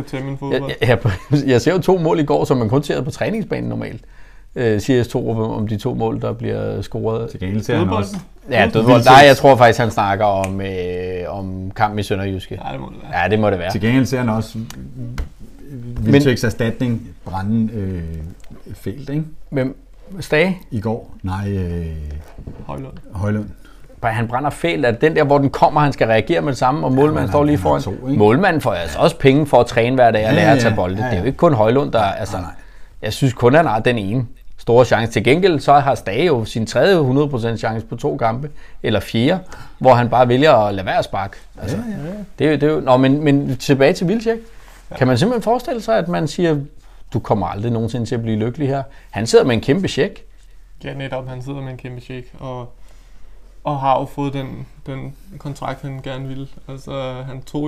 jeg ser jo 2 mål i går, som man kun ser på træningsbanen normalt. Siger Jes Torup om de 2 mål, der bliver scoret. Til gengæld ser han også. Ja, nej, jeg tror faktisk, han snakker om kampen i Sønderjyske. Ja, det må det være. Ja, det må det være. Til gengæld ser han også Vilceks erstatning brænde fælt, ikke? Hvem? Stage? I går? Nej, Højlund. Han brænder fælt, at den der, hvor den kommer, han skal reagere med det samme, og målmanden står lige foran. Målmanden får altså også penge for at træne hver dag og lære at tage bolde. Det er jo ikke kun Højlund, der... Altså, jeg synes kun, han har den ene store chance. Til gengæld så har Stage jo sin 300% chance på 2 kampe, eller 4, hvor han bare vælger at lade være at sparke. Altså, det er jo... Nå, men tilbage til Vilcek. Kan man simpelthen forestille sig, at man siger, du kommer aldrig nogensinde til at blive lykkelig her? Han sidder med en kæmpe check. Ja, netop. Han sidder med en kæmpe check, og har jo fået den kontrakt, han gerne ville. Altså, han tog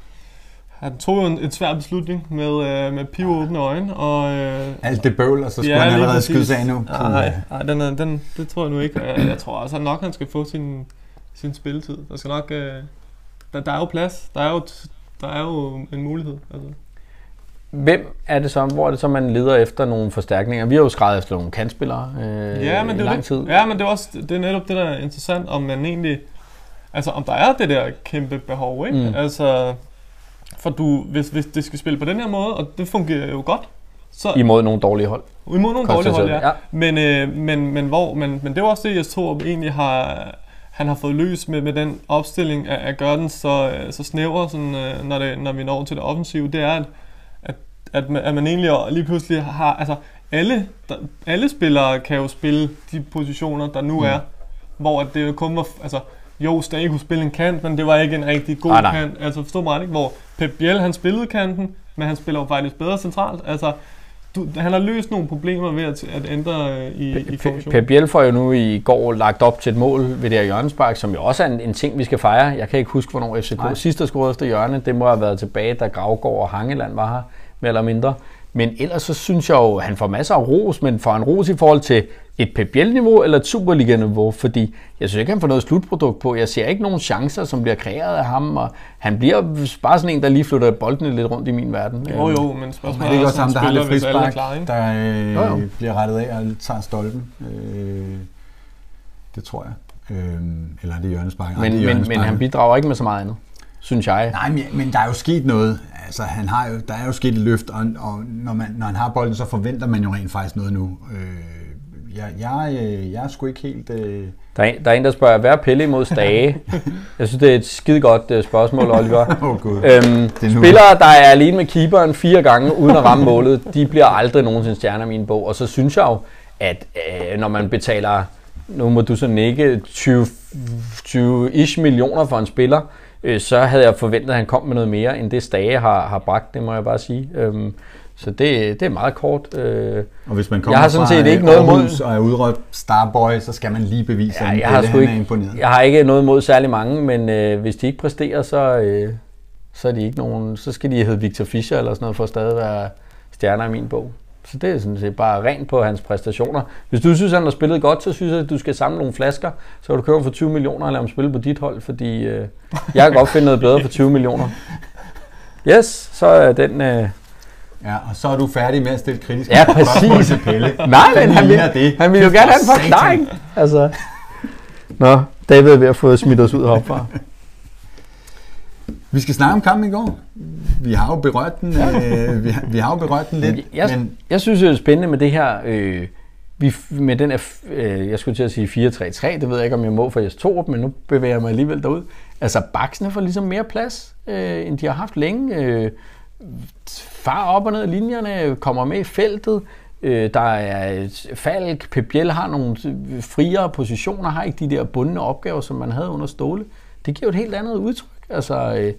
jo en svær beslutning med pivåbne øjne. Og, alt det bøvl, og så skulle han allerede skyde sig af nu. Nej, det tror jeg nu ikke. Jeg tror også, at nok han skal få sin spilletid. Der skal nok... Der er jo plads. Der er jo en mulighed. Altså. Hvem er det så, hvor er det så, man leder efter nogle forstærkninger? Vi har jo skrevet efter nogle kantspillere i lang tid. Ja, men det er netop det, der er interessant, om man egentlig, altså om der er det der kæmpe behov, ikke? Altså, for hvis det skal spille på den her måde, og det fungerer jo godt, så imod nogle dårlige hold. Imod nogle dårlige hold, ja. Men det er jo også det, jeg tror egentlig han har fået løs med den opstilling at gøre den så snæver, sådan, når vi når til det offensive. Det er, at man egentlig lige pludselig har, altså alle spillere kan jo spille de positioner, der nu er, hvor det jo kun var, altså jo, Stage kunne spille en kant, men det var ikke en rigtig god kant. Altså forstå mig ret, ikke? Hvor Pep Biel, han spillede kanten, men han spiller jo faktisk bedre centralt. Altså, han har løst nogle problemer ved at ændre i formationen. Pep Biel får jo nu i går lagt op til et mål ved det her hjørnespark, som jo også er en ting, vi skal fejre. Jeg kan ikke huske, hvornår FCK sidst har scoret efter hjørne. Det må have været tilbage, da Gravgaard og Hangeland var her, mere eller mindre. Men ellers så synes jeg jo, at han får masser af ros, men får en ros i forhold til et Pep Biel-niveau eller et Superliga-niveau, fordi jeg synes ikke, han får noget slutprodukt på. Jeg ser ikke nogen chancer, som bliver kreeret af ham, og han bliver bare sådan en, der lige flytter bolden lidt rundt i min verden. Jo, men spørgsmålet er også ham, der har lidt frispark, der bliver rettet af og tager stolpen. Det tror jeg. Eller det hjørnespark. Men han bidrager ikke med så meget andet, synes jeg. Nej, men der er jo sket noget. Altså, der er jo sket et løft, og når han har bolden, så forventer man jo rent faktisk noget nu. Jeg er sgu ikke helt... Der er en, der spørger, hvad er Pelle imod Stage? Jeg synes, det er et skide godt spørgsmål, Oliver. Spillere, der er alene med keeperen 4 gange uden at ramme målet, de bliver aldrig nogensinde stjerner i min bog. Og så synes jeg jo, at når man betaler, nu må du så nikke, 20-ish millioner for en spiller, så havde jeg forventet, at han kom med noget mere, end det Stage har bragt, det må jeg bare sige. Så det er meget kort. Og hvis man kommer fra ikke noget Aarhus og er udråbt Starboy, så skal man lige bevise, at han er imponeret. Jeg har ikke noget mod særlig mange, men hvis de ikke præsterer, så er de ikke nogen. Så skal de hedde Victor Fischer eller sådan noget, for at stadig være stjerner i min bog. Så det er sådan set bare rent på hans præstationer. Hvis du synes, han har spillet godt, så synes jeg, at du skal samle nogle flasker, så kan du købe for 20 millioner og lade ham spille på dit hold, fordi jeg kan godt finde noget bedre for 20 millioner. Yes, så er den... Ja, og så er du færdig med at stille kritiske spørgsmål til Pelle. Nej, men han vil jo gerne have en forklaring. Altså. Nå, David er ved at få smidt os ud herfra. Vi skal snakke om kampen i går. Vi har jo berørt den, vi har jo berørt den lidt. Jeg synes, det er spændende med det her, med den jeg skulle til at sige 4-3-3, det ved jeg ikke, om jeg må for jeres to, men nu bevæger jeg mig alligevel derud. Altså, baksene får ligesom mere plads, end de har haft længe. Far op og ned af linjerne, kommer med i feltet. Der er Falk, Pep Biel har nogle friere positioner, har ikke de der bundne opgaver, som man havde under Ståle. Det giver jo et helt andet udtryk. Altså,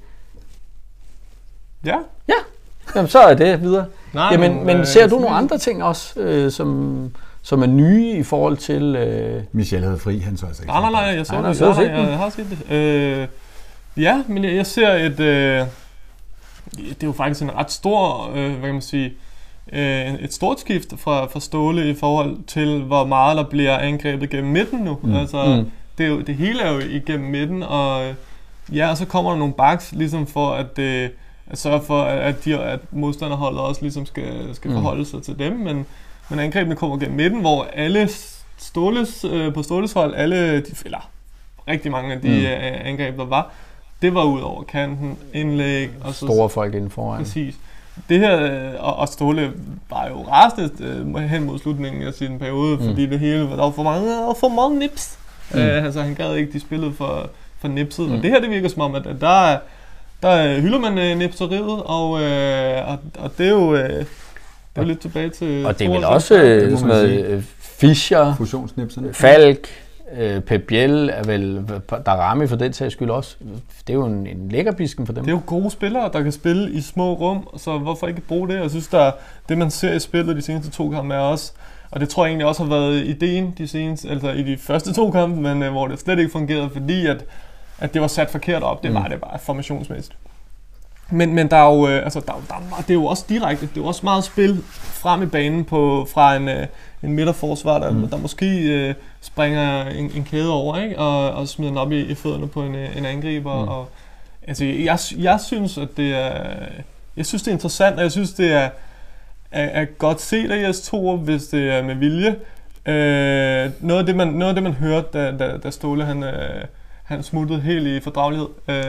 Ja. Jamen, så er det videre. Nej, jamen, men ser du nogle andre ting også, som er nye i forhold til... Michel havde fri, han så altså ikke. Nej, jeg så det. Jeg har set det. Ja, men jeg ser et... det er jo faktisk en ret stor, hvad kan man sige, et stort skift fra Ståle i forhold til, hvor meget der bliver angrebet gennem midten nu. Altså, det hele er jo igennem midten, og ja, så kommer der nogle backs, ligesom for at sørge for, at modstanderholdet også ligesom skal forholde sig til dem, men angrebene kommer gennem midten, hvor alle på Ståles hold, eller rigtig mange af de angreb, der var, det var ud over kanten, indlæg og så store folk inden foran. Præcis. Det her, og Ståle var jo rastet hen mod slutningen af sin periode, fordi det hele var der var for mange nips. Altså han gad ikke, de spillede for nipset. Og det her, det virker som om, at der hylder man nipseriet, og det er jo lidt tilbage til... Og det er vel også sådan noget Fischer, fusionsnipserne, Falk, Pep Biel er vel Darami for den sags skyld også. Det er jo en lækkerbisken for dem. Det er jo gode spillere, der kan spille i små rum, så hvorfor ikke bruge det? Jeg synes, det man ser i spillet de seneste 2 kampe er også, og det tror jeg egentlig også har været ideen altså i de første 2 kampe, men hvor det slet ikke fungerede, fordi at det var sat forkert op. Det var det bare formationsmæssigt. Men der er jo, det er jo også direkte, det er jo også meget spil frem i banen fra en midterforsvar, der måske springer en kæde over, ikke? Og smider den op i fødderne på en angriber. Og, altså, jeg synes, at det jeg synes, det er interessant, og jeg synes, det er godt set af jeres to, hvis det er med vilje. Noget af det, man hørte, da Ståle han smuttede helt i fordragelighed,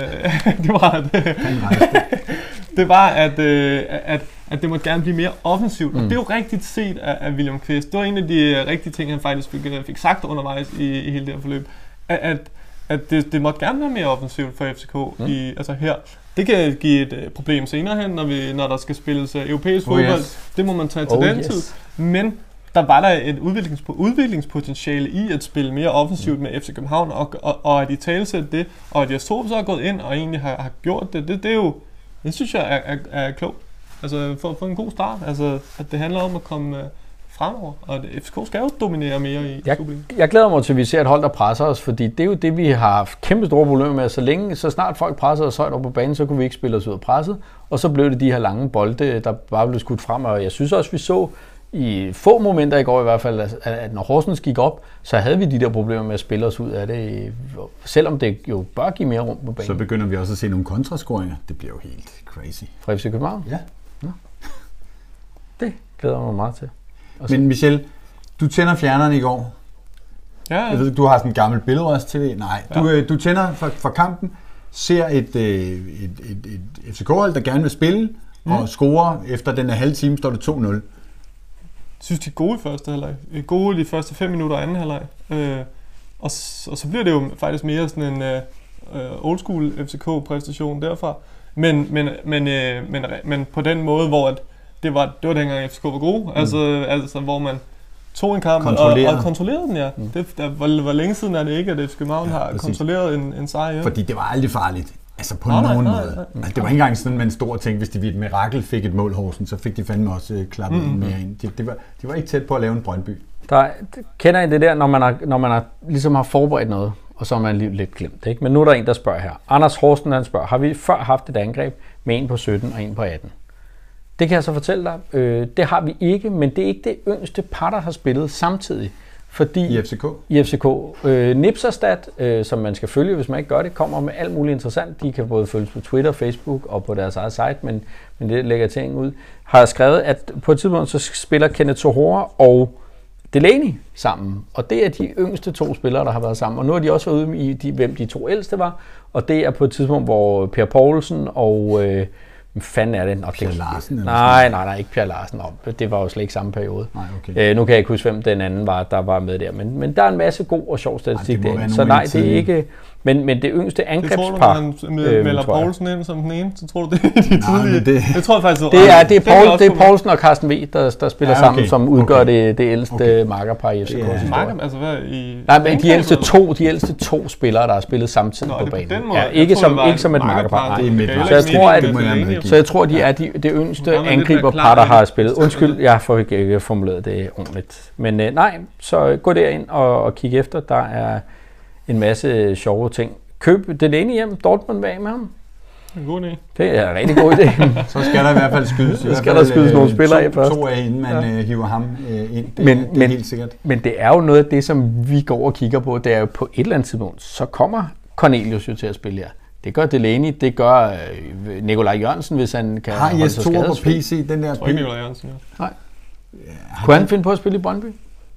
det var, at det måtte gerne blive mere offensivt. Og det er jo rigtigt set af William Kvist. Det var en af de rigtige ting, han faktisk fik sagt undervejs i hele det her forløb. At det måtte gerne være mere offensivt for FCK altså her. Det kan give et problem senere hen, når der skal spilles europæisk fodbold. Yes. Det må man tage til den tid. Men der var der et udviklingspotentiale i at spille mere offensivt med FC København, og at de talesætte det, og at jeg så er gået ind og egentlig har gjort det er jo, det synes jeg er klogt. Altså for en god start, altså at det handler om at komme fremover, og FCK skal jo dominere mere i Superligaen. Jeg glæder mig til, at vi ser et hold, der presser os, fordi det er jo det, vi har haft kæmpe store problemer med. Så snart folk presser os højt op på banen, så kunne vi ikke spille os ud af presset, og så blev det de her lange bolde, der bare blev skudt frem, og jeg synes også, vi så i få momenter i går i hvert fald, at når Horsens gik op, så havde vi de der problemer med at spille os ud af det, selvom det jo bør give mere rum på banen. Så begynder vi også at se nogle kontrascoringer. Det bliver jo helt crazy. Fra FC København? Ja. Det glæder mig meget til. Men Michel, du tænder fjerneren i går. Ja. Jeg ved, du har sådan en gammel billedrøst-tv. Nej, du tænder for kampen, ser et FCK-hold, der gerne vil spille og score. Efter den halve time står det 2-0. Jeg synes, de er gode i første halvleg. Gode de første 5 minutter af anden halvleg. Og så bliver det jo faktisk mere sådan en old school FCK-præstation derfra. Men på den måde, hvor det var dengang FCK var gode. Altså hvor man tog en kamp og kontrollerede den, ja. Hvor længe siden er det ikke, at FC København har kontrolleret en sejr hjem. Fordi det var aldrig farligt. Altså på nogen måde. Altså, det var ikke engang sådan, man stod og tænkte, hvis de ved et mirakel fik et mål Horsens, så fik de fandme også klappet mere ind. De var ikke tæt på at lave en Brøndby. Kender I det der, når man ligesom har forberedt noget, og så har man lidt glemt, ikke? Men nu er der en, der spørger her. Anders Horsten, han spørger, har vi før haft et angreb med en på 17 og en på 18? Det kan jeg så fortælle dig. Det har vi ikke, men det er ikke det yngste par, der har spillet samtidig. Fordi I FCK. Nipserstad, som man skal følge, hvis man ikke gør det, kommer med alt muligt interessant. De kan både følges på Twitter, Facebook og på deres eget site, men det lægger ting ud. Har skrevet, at på et tidspunkt så spiller Kenneth Tohora og Delaney sammen. Og det er de yngste 2 spillere, der har været sammen. Og nu har de også været ude i, hvem de 2 ældste var. Og det er på et tidspunkt, hvor Per Poulsen og... Hvad fanden er det? Per Larsen? Nej, ikke Per Larsen. Det var jo slet ikke samme periode. Nej, okay. Nu kan jeg ikke huske, hvem den anden var, der var med der. Men der er en masse god og sjov statistik der. Så nej, det er ikke... Men det yngste angrebspar... Det tror du, når han melder Poulsen ind som den ene, så tror du, det er de tidlige? Det tror jeg faktisk... Det er Poulsen og Carsten V, der spiller sammen, som udgør det ældste makkerpar i FCK. Altså hvad i... Nej, men de ældste to spillere, der har spillet samtidig på banen. Ikke som et makkerpar. Så jeg tror, de er det yngste angriberpar, der har spillet. Undskyld, jeg får ikke formuleret det ordentligt. Men nej, så gå derind og kig efter. Der er en masse sjove ting. Køb Delaney hjem. Dortmund vil af med ham. En god idé. Det er en rigtig god idé. Så skal der i hvert fald skydes. Så skal der skydes nogle spillere af først. 2 af, inden man hiver ham ind. Det er helt sikkert. Men det er jo noget af det, som vi går og kigger på. Det er jo på et eller andet tidspunkt, så kommer Cornelius jo til at spille her. Det gør Delaney, det gør Nikolaj Jørgensen, hvis han kan holde sig skadesfri. Har Jes Thor på PC, den der... Jeg tror ikke Nikolaj Jørgensen, ja. Nej. Kunne han finde på at spille i Brøndby?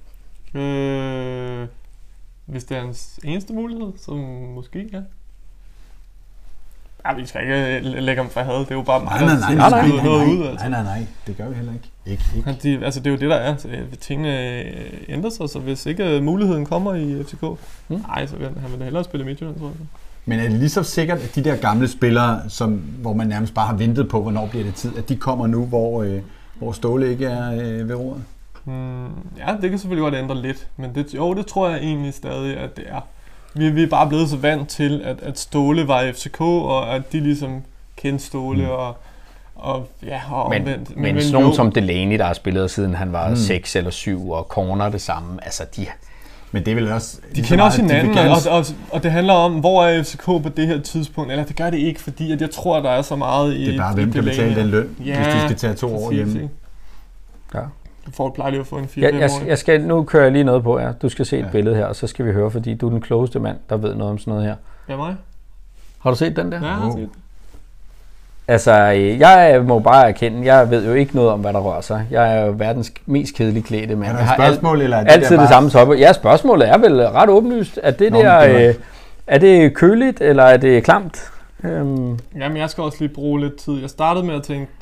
Hvis det er hans eneste mulighed, så måske, ja. Ja, vi skal ikke lægge ham for had. Det er jo bare mig, der skyder noget ud. Altså. Nej, det gør vi heller ikke. Altså, det er jo det, der er. Tingene ændrer sig, så hvis ikke muligheden kommer i FCK, nej, så vil han da hellere spille Midtjylland, tror jeg. Men er det lige så sikkert, at de der gamle spillere, hvor man nærmest bare har ventet på, hvornår bliver det tid, at de kommer nu, hvor Ståle ikke er ved roret? Ja, det kan selvfølgelig godt ændre lidt, men det tror jeg egentlig stadig, at det er. Vi er bare blevet så vant til, at Ståle var i FCK, og at de ligesom kendte Ståle, og omvendt. Men sådan nogen som Delaney, der har spillet siden han var 6 eller 7, og Corner det samme, altså de... Men det er vel også... De kender også hinanden, og det handler om, hvor er FCK på det her tidspunkt, eller det gør det ikke, fordi at jeg tror, at der er så meget i... Det er bare, hvem kan betale den løn, hvis de skal tage 2 år hjemme. Ja. Folk plejer lige at få en 4-5 år. Nu kører jeg lige noget på her. Du skal se et billede her, og så skal vi høre, fordi du er den klogeste mand, der ved noget om sådan noget her. Ja, mig. Har du set den der? Ja, jeg har set Altså, jeg må bare erkende, jeg ved jo ikke noget om, hvad der rører sig. Jeg er jo verdens mest kedelige klædte mand. Er der et spørgsmål, eller er det altid der det samme top. Ja, spørgsmålet er vel ret åbenlyst. Er det køligt, eller er det klamt? Jamen, jeg skal også lige bruge lidt tid. Jeg startede med at tænke,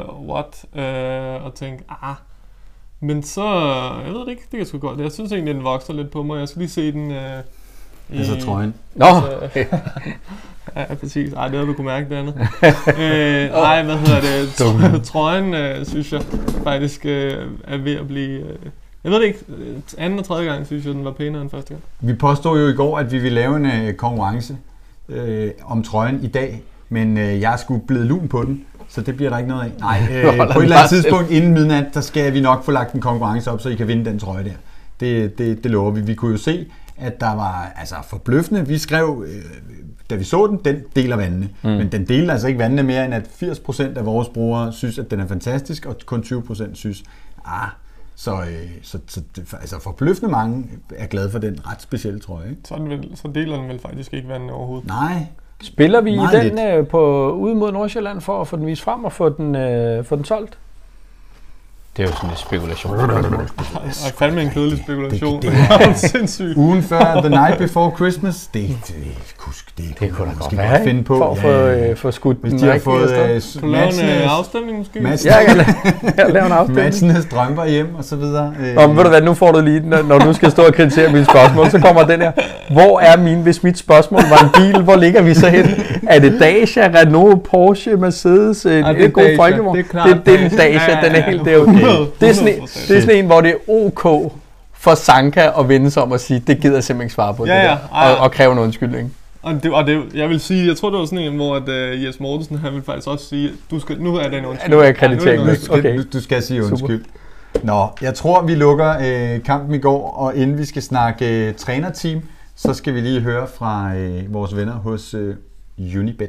og tænke, men så, jeg ved det ikke, det kan sgu godt. Jeg synes egentlig, den vokser lidt på mig. Jeg skal lige se den altså trøjen. Nå! Ja, præcis. Ej, det havde du kunne mærke, det andet. Nej, hvad hedder det? Trøjen, synes jeg faktisk er ved at blive... jeg ved det ikke. Anden og tredje gang, synes jeg, den var pænere end første gang. Vi påstod jo i går, at vi ville lave en konkurrence om trøjen i dag, men jeg er sgu blevet lun på den, så det bliver der ikke noget af. Nej, på et eller andet tidspunkt inden midnat, der skal vi nok få lagt en konkurrence op, så I kan vinde den trøje der. Det lover vi. Vi kunne jo se, at der var altså forbløffende. Vi skrev, da vi så den deler vandene. Men den deler altså ikke vandene mere, end at 80% af vores brugere synes, at den er fantastisk, og kun 20% synes, så altså forbløffende mange er glade for den ret specielle trøje. Ikke? Så deler den vel faktisk ikke vandene overhovedet. Nej. Spiller vi i den ude mod Nordsjælland for at få den vist frem og få den solgt? Det er jo sådan en spekulation. Det er fandme en kedelig spekulation. Det er sindssygt. Ugen før, the night before Christmas, det kunne da godt være, finde på. For at få skudt den. Hvis de har fået en afstemning måske? Jeg laver en afstemning. Matsenes drømmer hjem og så videre. Ved du hvad, nu får du lige, når du skal stå og kritisere mine spørgsmål, så kommer den her. Hvor er hvis mit spørgsmål var en bil, hvor ligger vi så hen? Er det Dacia, Renault, Porsche, Mercedes, en god folkevogn? Det er en Dacia, den er helt derude. Det er sådan en, hvor det er OK for Sanka at vende sig om og sige, det gider jeg simpelthen ikke svare på, det der, og kræve en undskyldning. Og det, jeg vil sige, jeg tror det var sådan en, hvor Jes Mortensen, han vil faktisk også sige, nu er det en undskyld. Nu er jeg kreditering. Okay. Du skal sige undskyld. Super. Nå, jeg tror vi lukker kampen i går, og inden vi skal snakke trænerteam, så skal vi lige høre fra vores venner hos Unibet.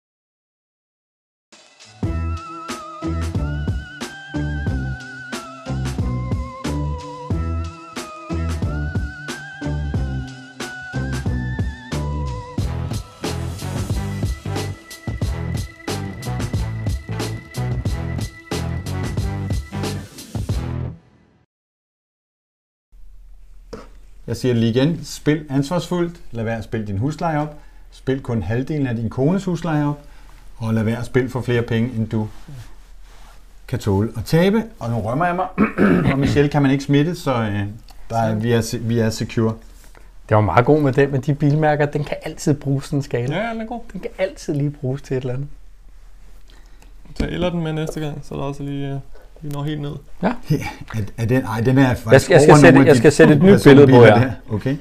Jeg siger det lige igen. Spil ansvarsfuldt. Lad være at spille din husleje op. Spil kun halvdelen af din kones husleje op. Og lad være at spille for flere penge, end du kan tåle at tabe. Og nu rømmer jeg mig. Og Michelle kan man ikke smitte, så vi er secure. Det var meget god med den, med de bilmærker. Den kan altid bruges sådan en skala. Ja, den er god. Den kan altid lige bruges til et eller andet. Tag eller den med næste gang, så er der også lige... Vi når helt ned. Ja. Den er faktisk jeg skal sætte et nyt billede på her. Okay.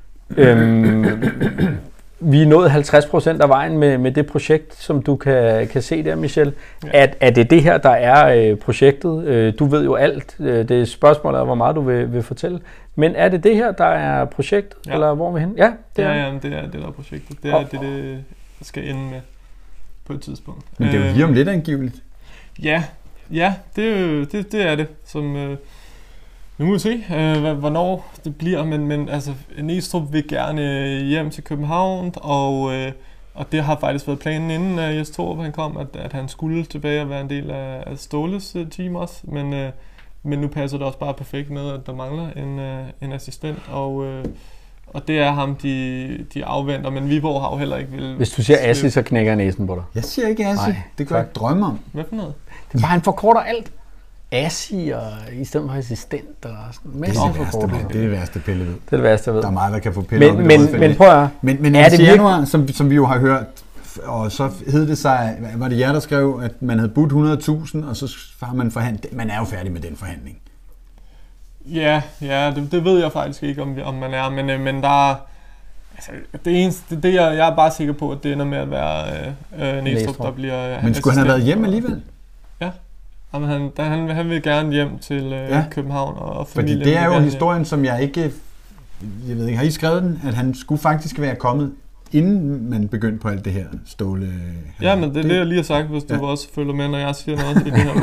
Vi er nået 50% af vejen med det projekt, som du kan se der, Michelle. Ja. Er det her, der er projektet? Du ved jo alt. Det er spørgsmålet, hvor meget du vil fortælle. Men er det her, der er projektet? Ja. Eller hvor er vi hen? Ja, det er det, der er projektet. Det er det skal ende med på et tidspunkt. Men det er jo lige om lidt angiveligt. Ja, det er det, som nu må vi se, hvornår det bliver, men altså Næstrup vil gerne hjem til København, og det har faktisk været planen inden Jes Torup han kom, at han skulle tilbage og være en del af Ståles team også, men nu passer det også bare perfekt med, at der mangler en assistent, og det er ham, de afventer, men Viborg har jo heller ikke vil. Hvis du siger Assi, så knækker jeg næsen på dig. Jeg siger ikke Assi, det kan jeg ikke drømme om. Hvad for noget? Det er bare, han forkorter alt. Assi og i stedet for assistent og sådan. Det er det værste pille ved. Det er det værste, jeg ved. Der er meget, der kan få pille men prøv at... Men er det januar, som vi jo har hørt, og så hed det sig, var det jer, der skrev, at man havde budt 100.000, og så har man forhandlet. Man er jo færdig med den forhandling. Ja, det ved jeg faktisk ikke, om man er, men der er... Altså, det eneste, det jeg er bare sikker på, at det ender med at være Næstrup, der bliver... Men skulle han have været hjemme alligevel? Ja. Jamen, han vil gerne hjem til København og familien. Fordi det er jo historien, som jeg ikke... Jeg ved ikke, har I skrevet den? At han skulle faktisk være kommet, inden man begyndte på alt det her Ståle... Ja, men det er det, jeg lige har sagt, hvis du også følger med, når jeg siger noget i det her.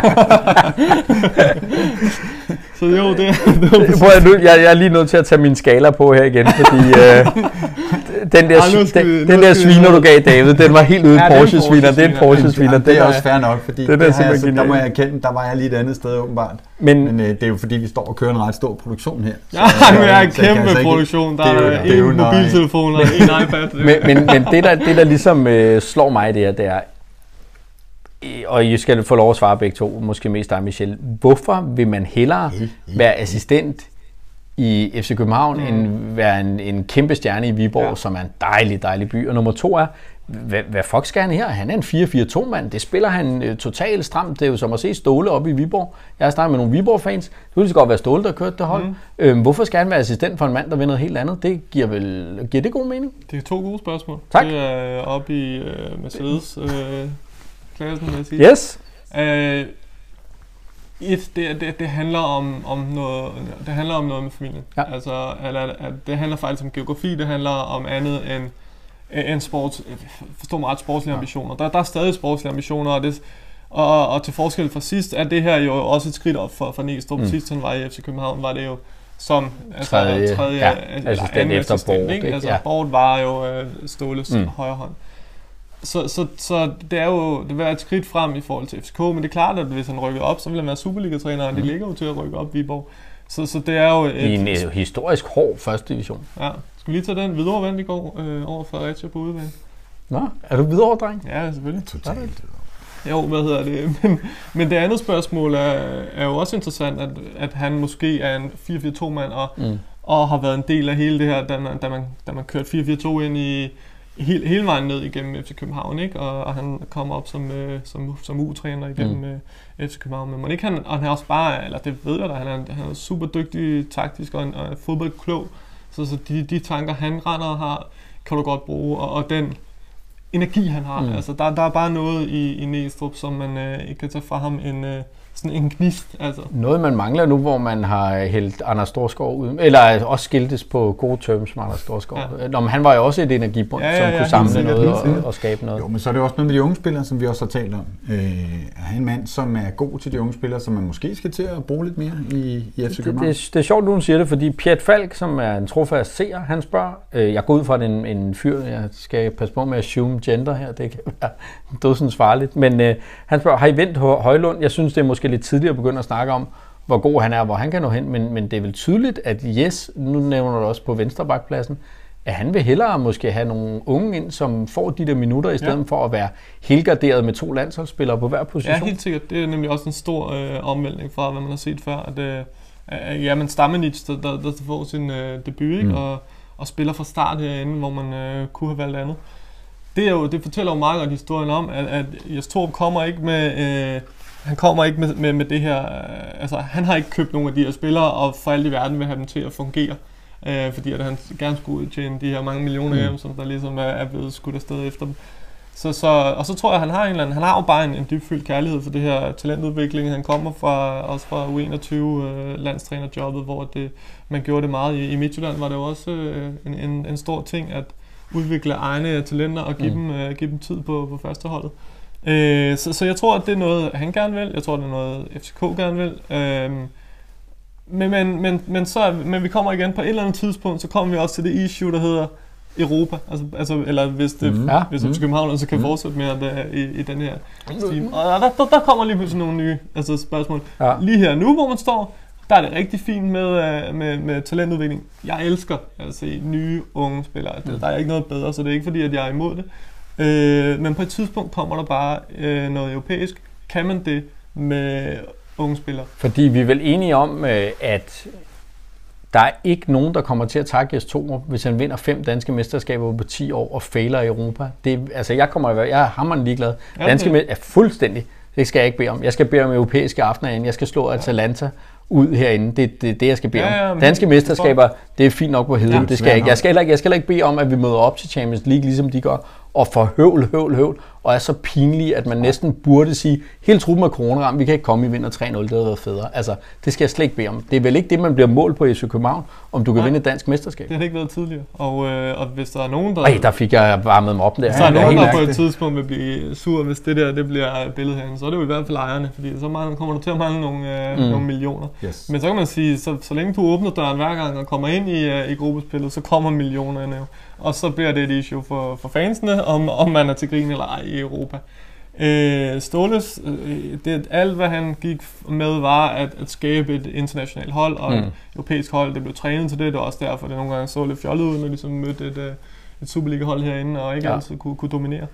Så jo, det jeg er lige nødt til at tage min skala på her igen, fordi Den der sviner, du gav David, den var helt ude i Porsche-sviner. Det er en Porsche-sviner. Det er også fair nok, fordi der må jeg erkende, der var jeg lige et andet sted åbenbart. Men det er jo fordi, vi står og kører en ret stor produktion her. Ja, nu er en kæmpe produktion. Der er en mobiltelefon og en iPad. Men det der ligesom slår mig det er, og I skal få lov at svare begge to, måske mest dig, Michel. Hvorfor vil man hellere være assistent i FC København, end være en kæmpe stjerne i Viborg, som er en dejlig by? Og nummer 2 er, hvad fuck skal han her? Han er en 4-4-2-mand. Det spiller han totalt stramt. Det er jo som at se Ståle oppe i Viborg. Jeg har snakket med nogle Viborg-fans. Det kunne godt være Ståle, der kørte det hold. Hvorfor skal han være assistent for en mand, der vil noget helt andet? Det giver det god mening? Det er 2 gode spørgsmål. Tak. Det er oppe i Mercedes klassen, vil jeg sige. Yes. Det handler om noget. Det handler om noget med familien. Ja. Altså, det handler faktisk om geografi. Det handler om andet end sports. Forstår mig ret, sportslige ambitioner. Der er stadig sportslige ambitioner, og til forskel fra sidst er det her jo også et skridt op for Næstrup. Sidst han var i FC København, var det jo som tredje assistent efter Borg. Altså Borg var jo Ståles højre hånd. Så det er jo det vil være et skridt frem i forhold til FCK, men det er klart, at hvis han rykker op, så vil han være Superliga-træner, og de ligger jo til at rykke op Viborg. Så det er jo i en historisk hård første division. Ja. Skal vi lige tage den Hvidovre i går over Fredericia på udebane? Nå, er du Hvidovre-dreng? Ja, selvfølgelig. Totalt. Jo, men det andet spørgsmål er jo også interessant, at han måske er en 4-4-2-mand, og har været en del af hele det her, da man kørte 4-4-2 ind i hele vejen ned igennem FC København, ikke? Og han kommer op som U-træner igennem FC København. Men ikke han er også bare, eller det ved jeg da, han er super dygtig taktisk og en fodboldklog. Så de tanker, han render og har, kan du godt bruge, og den energi, han har. Altså, der er bare noget i Næstrup, som man ikke kan tage fra ham sådan en gnist. Altså. Noget, man mangler nu, hvor man har hældt Anders Storskov ud, eller også skiltes på gode terms med Anders Storskov. Ja. Nå, men han var jo også et energibund, som kunne samle noget og skabe noget. Jo, men så er det også noget med de unge spillere, som vi også har talt om. Er han en mand, som er god til de unge spillere, som man måske skal til at bruge lidt mere i FC København? Det er sjovt, du siger det, fordi Piet Falk, som er en trofast seer, han spørger, jeg går ud fra en fyr, jeg skal passe på med at assume gender her, det kan være dødsens farligt, men han spørger, har I vendt Højlund? Jeg synes, det er måske lidt tidligere at begynde at snakke om, hvor god han er, hvor han kan nå hen, men det er vel tydeligt, at nu nævner du også på venstrebakpladsen, at han vil hellere måske have nogle unge ind, som får de der minutter, i stedet for at være helgarderet med 2 landsholdsspillere på hver position. Ja, helt sikkert. Det er nemlig også en stor omvæltning fra, hvad man har set før, at men Stamenic, der får sin debut, ikke? Og spiller fra start herinde, hvor man kunne have valgt andet. Det fortæller jo meget godt historien om, at Jes Torup kommer ikke med... Han kommer ikke med det her, altså han har ikke købt nogle af de her spillere, og for alt i verden vil have dem til at fungere, fordi at han gerne skulle tjene de her mange millioner hjem, som der ligesom er blevet skudt afsted efter dem. Og så tror jeg, han har jo bare en dybfyldt kærlighed for det her talentudvikling. Han kommer også fra U21 landstrænerjobbet, hvor man gjorde det meget i Midtjylland, var det jo også en stor ting at udvikle egne talenter og give dem tid på førsteholdet. Så jeg tror, at det er noget, han gerne vil. Jeg tror, det er noget, FCK gerne vil. Men vi kommer igen på et eller andet tidspunkt, så kommer vi også til det issue, der hedder Europa. Altså, eller hvis FC København så kan fortsætte med i den her team. Og der kommer lige pludselig nogle nye spørgsmål. Ja. Lige her nu, hvor man står, der er det rigtig fint med talentudvikling. Jeg elsker at se nye unge spillere. Der er ikke noget bedre, så det er ikke fordi, at jeg er imod det. Men på et tidspunkt kommer der bare noget europæisk. Kan man det med unge spillere? Fordi vi er vel enige om, at der er ikke nogen, der kommer til at takke Jes Torup, hvis han vinder 5 danske mesterskaber på 10 år og fejler i Europa. Jeg er hammerende ligeglad. Danske er fuldstændig. Det skal jeg ikke bede om. Jeg skal bede om europæiske aftener ind. Jeg skal slå Atalanta ud herinde. Det er det, jeg skal bede om. Danske mesterskaber, det er fint nok på heden. Det skal jeg ikke. Jeg skal heller ikke bede om, at vi møder op til Champions League, ligesom de gør, og får høvl, og er så pinlige, at man næsten burde sige, hele truppen er coronaramt, vi kan ikke komme, I vinder 3-0, det havde været federe. Altså, det skal jeg slet ikke bede om. Det er vel ikke det, man bliver målt på i FC København, om du kan vinde et dansk mesterskab. Det har det ikke været tidligere. Og hvis der er nogen, der fik jeg varmet mig op der. Hvis der er nogen, der på et tidspunkt vil blive sur, hvis det bliver billedet herinde, så er det jo i hvert fald ejerne, fordi så kommer du til at mangle nogle millioner. Yes. Men så kan man sige, så længe du åbner døren hver gang og kommer ind i gruppespillet, så kommer millionerne jo. Og så bliver det et issue for fansene, om man er til grin eller ej i Europa. Ståles, alt hvad han gik med var at skabe et internationalt hold og et europæisk hold. Det blev trænet til det, det var også derfor, det nogle gange så lidt fjollet ud, når de mødte et Superliga-hold herinde og ikke altid kunne dominere.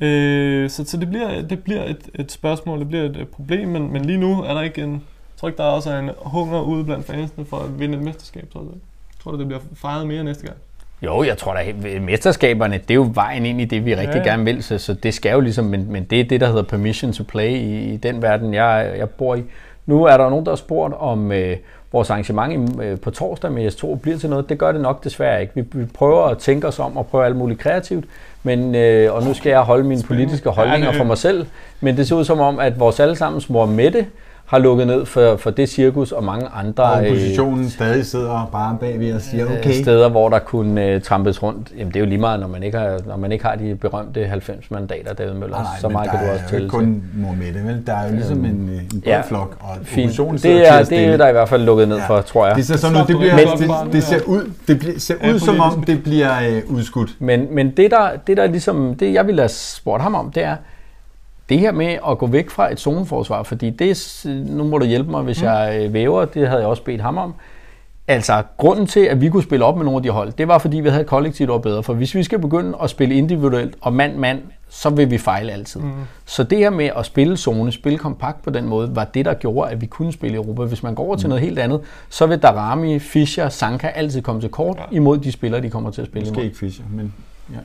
Så det bliver et spørgsmål, det bliver et problem, men lige nu er der ikke jeg tror ikke, der er også en hunger ude blandt fansene for at vinde et mesterskab. Jeg tror, det bliver fejret mere næste gang. Jo, jeg tror da, mesterskaberne, det er jo vejen ind i det, vi rigtig gerne vil, så det skal jo ligesom, men det er det, der hedder permission to play i den verden, jeg bor i. Nu er der nogen, der har spurgt om vores arrangement på torsdag med S2 bliver til noget. Det gør det nok desværre ikke. Vi prøver at tænke os om og prøve alt muligt kreativt, men, og nu skal jeg holde mine politiske holdninger for mig selv, men det ser ud som om, at vores allesammens mor Mette har lukket ned for det cirkus og mange andre og oppositionen stadig sidder bare bagved og siger okay. Steder, hvor der kunne trampes rundt. Jamen, det er jo lige meget, når man ikke har de berømte 90 mandater, David Møller. Så meget kan du også tælle til. Der er jo ikke kun mor Mette, vel? Der er jo ligesom en bred flok, og oppositionen det er der i hvert fald lukket ned for, tror jeg. Det ser sådan ud, det ser ud som om det bliver udskudt. Men det der ligesom, det jeg ville have spurgt ham om, det er, det her med at gå væk fra et zoneforsvar, fordi nu må du hjælpe mig, hvis jeg væver, det havde jeg også bedt ham om. Altså, grunden til, at vi kunne spille op med nogle af de hold, det var, fordi vi havde kollektivt og bedre. For hvis vi skal begynde at spille individuelt og mand-mand, så vil vi fejle altid. Så det her med at spille zone, spille kompakt på den måde, var det, der gjorde, at vi kunne spille i Europa. Hvis man går over til noget helt andet, så vil Darami, Fischer, Sanka altid komme til kort imod de spillere, de kommer til at spille imod. Måske ikke Fischer, men ja.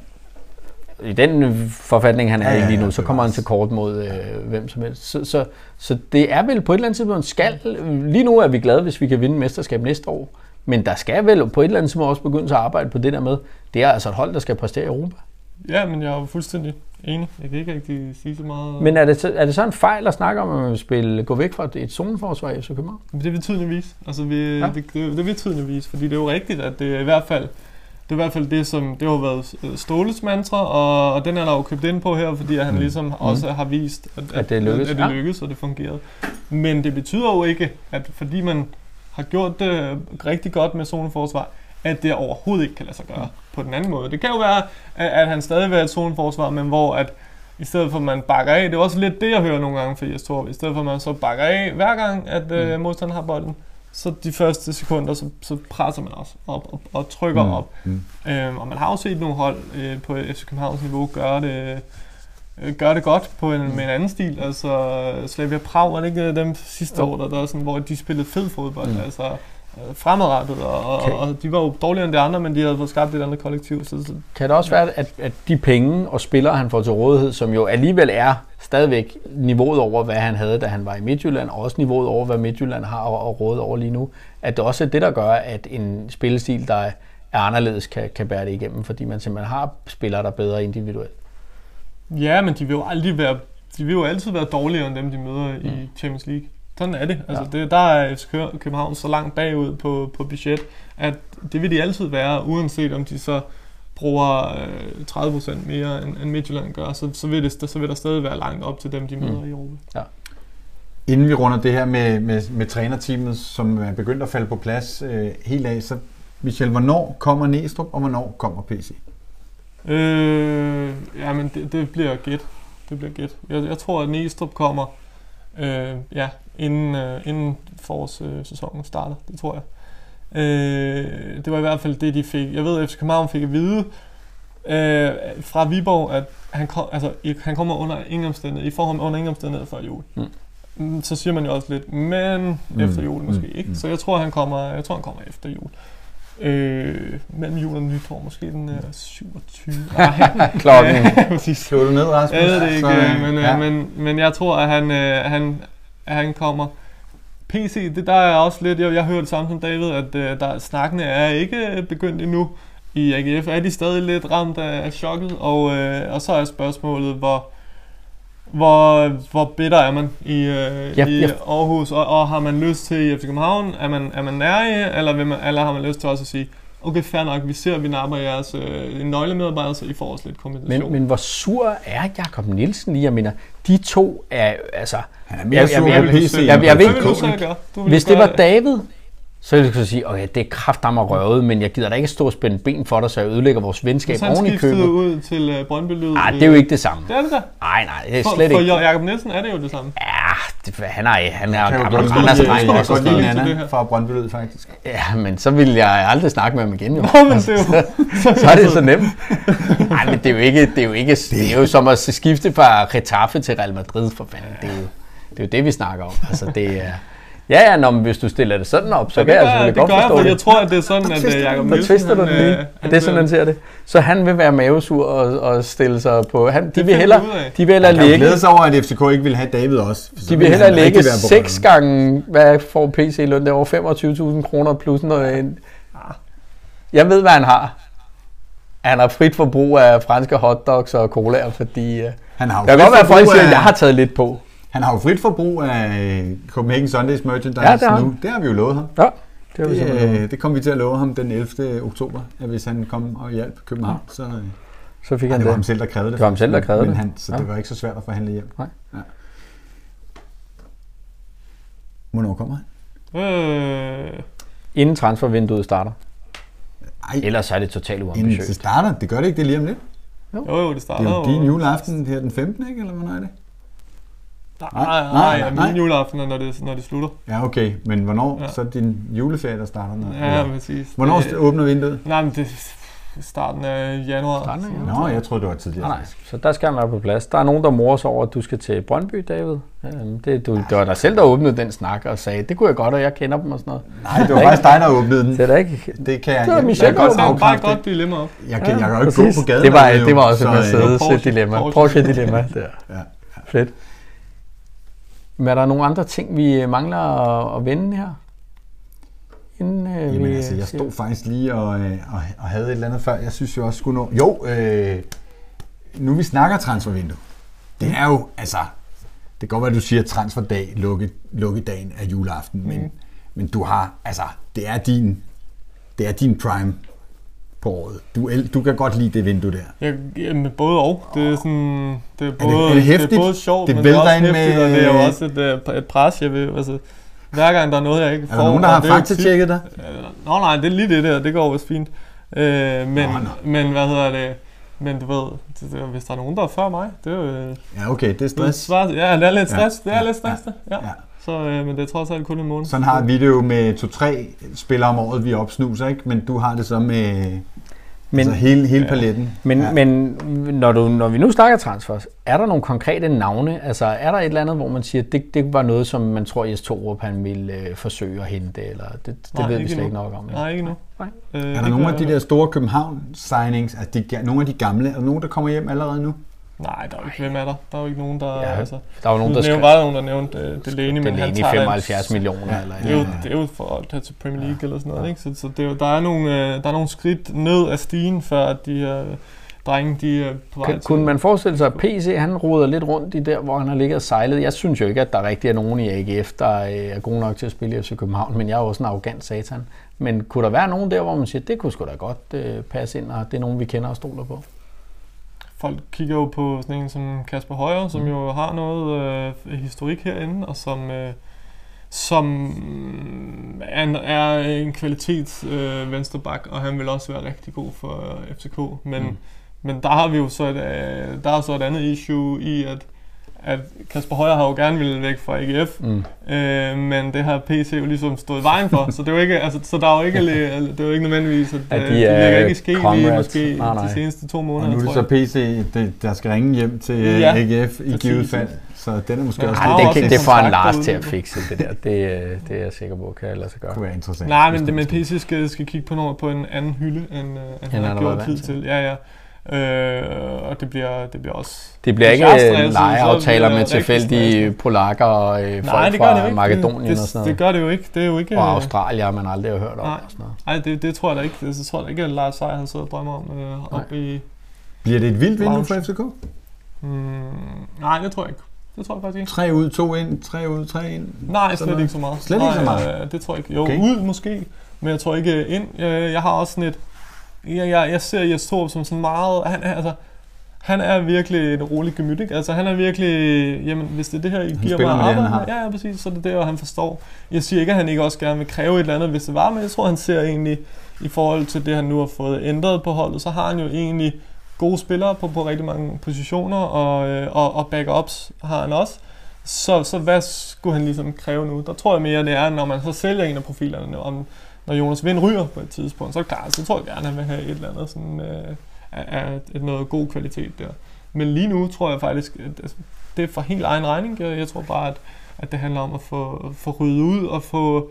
I den forfatning, han er i lige nu, så kommer han til kort mod hvem som helst. Så det er vel på et eller andet tidspunkt lige nu er vi glade, hvis vi kan vinde mesterskab næste år. Men der skal vel på et eller andet tidspunkt også begynde at arbejde på det der med. Det er altså et hold, der skal præstere i Europa. Ja, men jeg er fuldstændig enig. Jeg kan ikke rigtig sige så meget. Men er det så en fejl at snakke om, at man vil gå væk fra et zoneforsvar i FC København? Det vil tydeligvis. Altså, det vil tydeligvis, fordi det er jo rigtigt, at det er i hvert fald det, som det har været Ståles mantra, og den er der jo købt ind på her, fordi han ligesom også har vist, at det lykkes, og det fungerede. Men det betyder jo ikke, at fordi man har gjort det rigtig godt med zoneforsvar, at det overhovedet ikke kan lade sig gøre på den anden måde. Det kan jo være, at han stadig vil have et zoneforsvar, men hvor at i stedet for at man bakker af, det er også lidt det, jeg hører nogle gange fra Jes Torup, i stedet for at man så bakker af hver gang, at modstanderen har bolden, så de første sekunder, så presser man også op og trykker op. Og man har jo set nogle hold på FC Københavns niveau gør det godt med en anden stil. Altså Slavia Prag var det ikke dem sidste år, der sådan, hvor de spillede fed fodbold. Altså fremadrettet, og de var jo dårligere end de andre, men de havde fået skabt et andet kollektiv. Så kan det også være, at de penge og spillere, han får til rådighed, som jo alligevel er stadigvæk niveauet over, hvad han havde, da han var i Midtjylland, og også niveauet over, hvad Midtjylland har og rådet over lige nu, at det også er det, der gør, at en spillestil, der er anderledes, kan bære det igennem, fordi man simpelthen har spillere, der er bedre individuelt. Ja, men de vil jo altid være dårligere end dem, de møder i Champions League. Sådan er det. Altså der er FC København så langt bagud på budget, at det vil de altid være, uanset om de så bruger 30% mere end Midtjylland gør, så vil der stadig være langt op til dem, de møder i Europa. Ja. Inden vi runder det her med trænerteamet, som er begyndt at falde på plads helt af, så Michel, hvornår kommer Næstrup, og hvornår kommer PC? Jamen det bliver gæt. Det bliver gæt. Jeg tror, at Næstrup kommer inden forårssæsonen starter. Det tror jeg. Det var i hvert fald det, de fik. Jeg ved, at FC København fik at vide fra Viborg, at han kommer under ingen omstændighed før jul. Så siger man jo også lidt, men efter jul måske ikke. Så jeg tror, han kommer efter jul. Mellem jul og nytår, måske den 27. Klokken. Slå du ned, Rasmus? Jeg ved det ikke, men jeg tror, at han kommer. PC, det der er også lidt, jeg hørte det samme som David, at snakkene er ikke begyndt endnu. I AGF er de stadig lidt ramt af chokket, og så er spørgsmålet, hvor bitter er man i Aarhus, og har man lyst til i FC København, er man nær eller har man lyst til også at sige, okay, fair nok, vi ser, at vi napper jeres nøglemedarbejdere, så I får også lidt kompensation. Men hvor sur er Jakob Nielsen lige? Jeg mener, de to er, altså... Han er mere sur på PC. Jeg ved, hvis det var David, så ville jeg sige, okay, det er kraftedeme røvet, men jeg gider da ikke stå og spænde ben for dig, så jeg ødelægger vores venskab oven i købet. Så han skiftede ud til Brøndby-Lyd? Nej, det er jo ikke det samme. Det er det da? Nej, det er slet ikke. For Jakob Nielsen er det jo det samme. Ja, han er gammel Randers-dreng. Jeg kan godt lide Nana fra Brøndby-Lyd, faktisk. Ja, men så vil jeg aldrig snakke med ham igen, jo. Nå, men det er jo... Så er det så nemt. Nej, men det er jo som at skifte fra Getafe til Real Madrid, for fanden. Det er jo det, vi snakker om. Altså, det er... Ja, men hvis du stiller det sådan op, så kan jeg selvfølgelig godt forstå det. Jeg tror, at det er sådan, at Jakob Nielsen... Der twister du den lige. Det er sådan, han ser det. Så han vil være mavesur og stille sig på... De vil hellere ligge... Han kan glæde sig over, at FCK ikke vil have David også. De vil hellere ligge 6 gange, hvad får PC i løn? Det er over 25.000 kroner plus noget... Jeg ved, hvad han har. Han har frit forbrug af franske hotdogs og colaer, fordi... Der kan godt være, at folk siger, at jeg har taget lidt på. Han har jo frit forbrug af Copenhagen Sundays merchandise nu. Det har vi jo lovet ham. Ja, det kom vi til at love ham den 11. oktober, at hvis han kom og hjalp København, så fik han det. Var ham selv, der krævede det. Det var ham selv, der krævede det. Så det var ikke så svært at forhandle hjem. Nej. Ja. Hvornår kommer han? Inden transfervinduet starter. Ej. Ellers er det totalt uambitiøst. Inden det starter? Det gør det ikke, det lige om lidt? Jo, det starter. Det er jo din juleaften her den 15. ikke? Eller hvornår er det? Nej, min juleaften er, når det slutter. Ja, okay. Men hvornår så din juleferie, der starter? Ja, præcis. Hvornår åbner vinduet? Nej, men det er starten af januar. Nå, jeg troede, det var tidligere. Nej, så der skal han være på plads. Der er nogen, der morer sig over, at du skal til Brøndby, David. Det var dig selv, der åbnede den snak og sagde, det kunne jeg godt, og jeg kender dem og sådan noget. Nej, det var faktisk dig, der åbnede den. Det er ikke... Det kan jeg bare et godt dilemma op. Jeg kan jo ikke gå på gaden. Det var også et Mercedes-dilemma. Porsche-dilemma. Ja. Fedt. Men er der nogle andre ting, vi mangler at vende her? Jamen altså, jeg stod faktisk lige og havde et eller andet før. Jeg synes jo også skulle nå... Jo, nu vi snakker transfervindue. Det er jo, altså... Det kan godt være, du siger transferdag, lukkedagen af juleaften, men du har... Altså, det er din prime på året. Du kan godt lide det vindue der. Jamen, både og. Det er sådan... Det er både sjovt, men det er også hæftigt, og det er jo også et pres, jeg vil... Altså, hver gang der er noget, jeg ikke får... Er der nogen, der har faktatjekket dig? Nej, det er lige det der. Det går vist fint. Men hvad hedder det? Men du ved, hvis der er nogen, der er før mig, det er jo... Ja, okay, det er stress. Ja, det er lidt stress. Det er lidt stress, ja. Så, men det er trods alt kun en måned. Sådan har et video med 2-3 spillere om året, vi opsnuser, ikke? Men du har det så med... altså hele paletten. Men når vi nu snakker transfers, er der nogle konkrete navne? Altså er der et eller andet, hvor man siger, at det var noget, som man tror, Jes Torup han ville forsøge at hente? Eller det ved vi slet ikke nok om. Nej, ikke nu. Er der nogle af de der store København-signings, altså nogle af de gamle, er der nogen, der kommer hjem allerede nu? Nej, der er jo ikke. Hvem er der? Der er jo ikke nogen, der... Ja, altså, der var nogen, der var nogen, der nævnte Delaney, men han tager 75 millioner. Ja, eller det er jo for at tage til Premier League eller sådan noget, ikke? Så det er jo, der er nogle skridt ned af stigen, før at de her drenge, de er på vej til. Kunne man forestille sig, at PC, han roder lidt rundt i der, hvor han har ligget og sejlet? Jeg synes jo ikke, at der rigtig er nogen i AGF, der er gode nok til at spille i FC København, men jeg er også en arrogant satan. Men kunne der være nogen der, hvor man siger, det kunne sgu da godt passe ind, og det er nogen, vi kender og stoler på? Folk kigger jo på sådan en som Kasper Højer, som jo har noget historik herinde, og som er en kvalitets venstreback, og han vil også være rigtig god for FCK. Men der har vi jo så et andet issue i, at Kasper Højer har jo gerne ville væk fra AGF, men det har PC jo ligesom stået i vejen for, så det er jo ikke, altså, så der er jo ikke, det er jo ikke nødvendigvis, at de ligger ikke i ske lige måske de seneste 2 måneder. Og nu er det så PC, der skal ringe hjem til AGF i givet fald, så den er måske også... Det får en Lars til at fikse det der, det er jeg sikker på, kan jeg lade sig gøre. Det kunne være interessant. Nej, men PC skal kigge på en anden hylde, end han har gjort tid til. Ja. Og det bliver også... Det bliver ikke lejeaftaler med tilfældige polakker og folk fra Makedonien og sådan noget. Det gør det jo ikke. Det er jo ikke og Australier, man aldrig har hørt om. Nej, det tror jeg da ikke. Det tror jeg da ikke, at Lars Seier han sidder og drømmer om. Bliver det et vildt vindue for FCK? Nej, det tror jeg ikke. Det tror jeg faktisk ikke. 3 ud, 2 ind, 3 ud, 3 ind? Nej, slet ikke så meget. Slet ikke så meget? Det tror jeg ikke. Jo, okay. Ud måske, men jeg tror ikke ind. Jeg har også sådan et... Jeg ser Jes Torup som sådan meget... Han er virkelig en rolig gemyt, ikke? Altså han er virkelig... Jamen, hvis det er det her, I giver mig arbejde... Ja, præcis, så det er det, og han forstår. Jeg siger ikke, at han ikke også gerne vil kræve et eller andet, hvis det var, men jeg tror, han ser egentlig... I forhold til det, han nu har fået ændret på holdet, så har han jo egentlig gode spillere på rigtig mange positioner, og backups har han også. Så hvad skulle han ligesom kræve nu? Der tror jeg mere, det er, når man så sælger en af profilerne, når Jonas Vind ryger på et tidspunkt, så er det klart, så tror jeg gerne, at han vil have et eller andet sådan, noget god kvalitet der. Men lige nu tror jeg faktisk, at det er for helt egen regning. Jeg tror bare, at det handler om at få ryddet ud og få